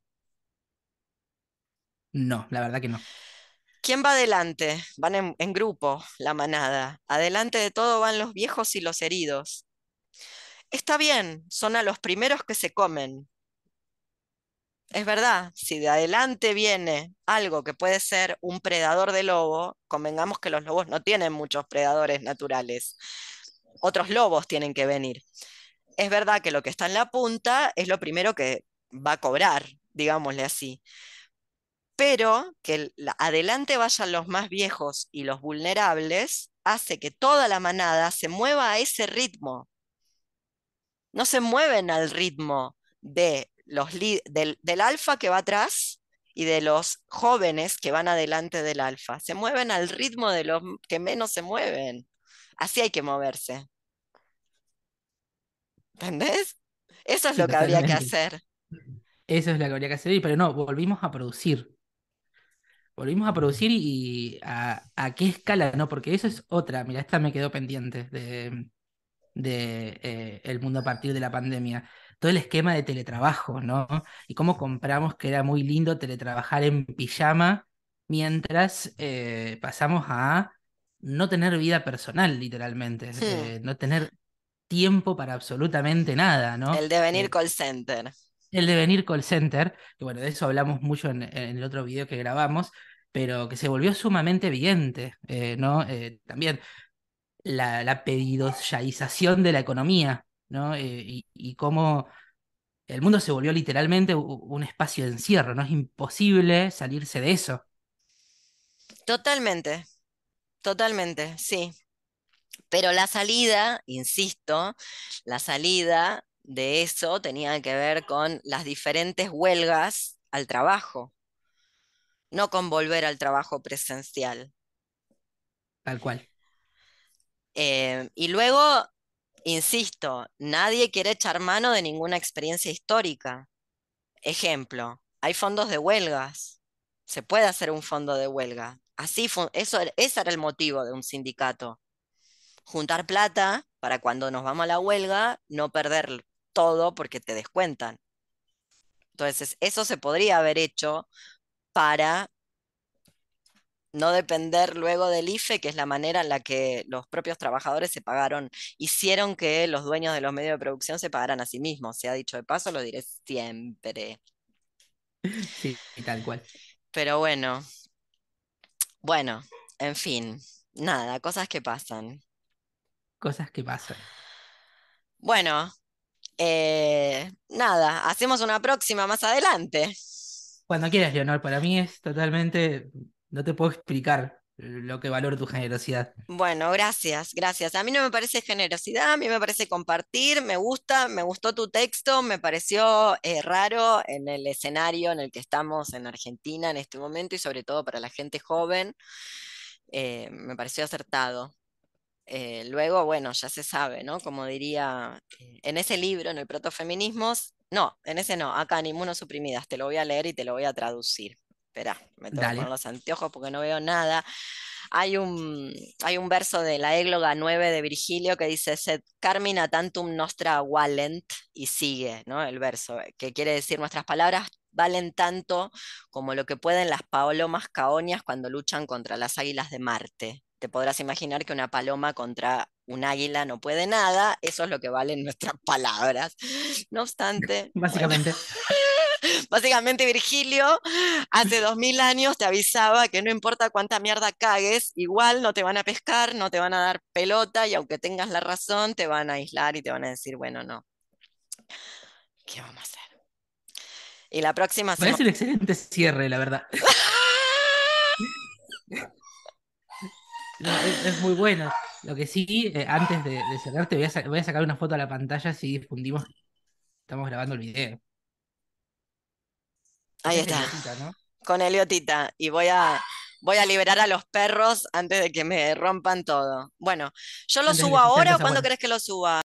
No, la verdad que no. ¿Quién va adelante? Van en grupo, la manada. Adelante de todo van los viejos y los heridos. Está bien, son a los primeros que se comen. Es verdad, si de adelante viene algo que puede ser un predador de lobo, convengamos que los lobos no tienen muchos predadores naturales. Otros lobos tienen que venir. Es verdad que lo que está en la punta es lo primero que va a cobrar, digámosle así. Pero que adelante vayan los más viejos y los vulnerables hace que toda la manada se mueva a ese ritmo. No se mueven al ritmo de del alfa que va atrás y de los jóvenes que van adelante del alfa. Se mueven al ritmo de los que menos se mueven. Así hay que moverse. ¿Entendés? Eso es Sí, lo que habría que totalmente. hacer. Eso es lo que habría que hacer, pero no, volvimos a producir. Volvimos a producir y a qué escala, ¿no? Porque eso es otra, mira, esta me quedó pendiente de el mundo a partir de la pandemia. Todo el esquema de teletrabajo, ¿no? Y cómo compramos que era muy lindo teletrabajar en pijama mientras pasamos a no tener vida personal, literalmente, Hmm, no tener tiempo para absolutamente nada, ¿no? el devenir Eh, call center. el devenir call center, que bueno, de eso hablamos mucho en el otro video que grabamos, pero que se volvió sumamente evidente, ¿no? También la pedidosialización de la economía, ¿no? Y cómo el mundo se volvió literalmente un espacio de encierro, ¿no? Es imposible salirse de eso, Totalmente, totalmente, sí. Pero la salida, insisto, la salida de eso tenía que ver con las diferentes huelgas al trabajo, no con volver al trabajo presencial. tal cual, Y luego, insisto, nadie quiere echar mano de ninguna experiencia histórica. Ejemplo, hay fondos de huelgas. Se puede hacer un fondo de huelga. Así ese era el motivo de un sindicato. Juntar plata para cuando nos vamos a la huelga, no perder todo porque te descuentan. Entonces, eso se podría haber hecho para no depender luego del IFE, que es la manera en la que los propios trabajadores se pagaron, hicieron que los dueños de los medios de producción se pagaran a sí mismos. Se ha dicho de paso, lo diré siempre. sí, tal cual, Pero bueno, bueno, en fin, nada, cosas que pasan. cosas que pasan. Bueno, nada, hacemos una próxima más adelante. Cuando quieras, Leonor, para mí es totalmente, no te puedo explicar lo que valoro tu generosidad, Bueno, gracias, gracias. A mí no me parece generosidad, a mí me parece compartir, me gusta, me gustó tu texto, me pareció raro en el escenario en el que estamos en Argentina en este momento y sobre todo para la gente joven, me pareció acertado. Luego, bueno, ya se sabe, ¿no? Como diría en ese libro, en el Protofeminismos, no, en ese no, acá en Inmunosuprimidas, te lo voy a leer y te lo voy a traducir. Espera, me tengo que poner dale. los anteojos porque no veo nada. Hay un, hay un verso de la égloga 9 de Virgilio que dice, Sed carmina tantum nostra valent, y sigue, ¿no? El verso, que quiere decir, nuestras palabras valen tanto como lo que pueden las palomas caonias cuando luchan contra las águilas de Marte. Te podrás imaginar que una paloma contra un águila no puede nada, eso es lo que valen nuestras palabras. No obstante, bueno, Básicamente. básicamente Virgilio hace 2000 años te avisaba que no importa cuánta mierda cagues, igual no te van a pescar, no te van a dar pelota y aunque tengas la razón, te van a aislar y te van a decir, bueno, no, ¿qué vamos a hacer? Y la próxima hacemos... Parece un excelente cierre, la verdad. No, es muy bueno. Lo que sí, antes de cerrar, te voy a sacar una foto a la pantalla si difundimos que estamos grabando el video. Ahí Ese es está, Eliotita, ¿no? con Eliotita. Y voy a liberar a los perros antes de que me rompan todo. Bueno, ¿yo lo Antes de subo que sucedan ahora o cosas cuándo buenas. querés que lo suba?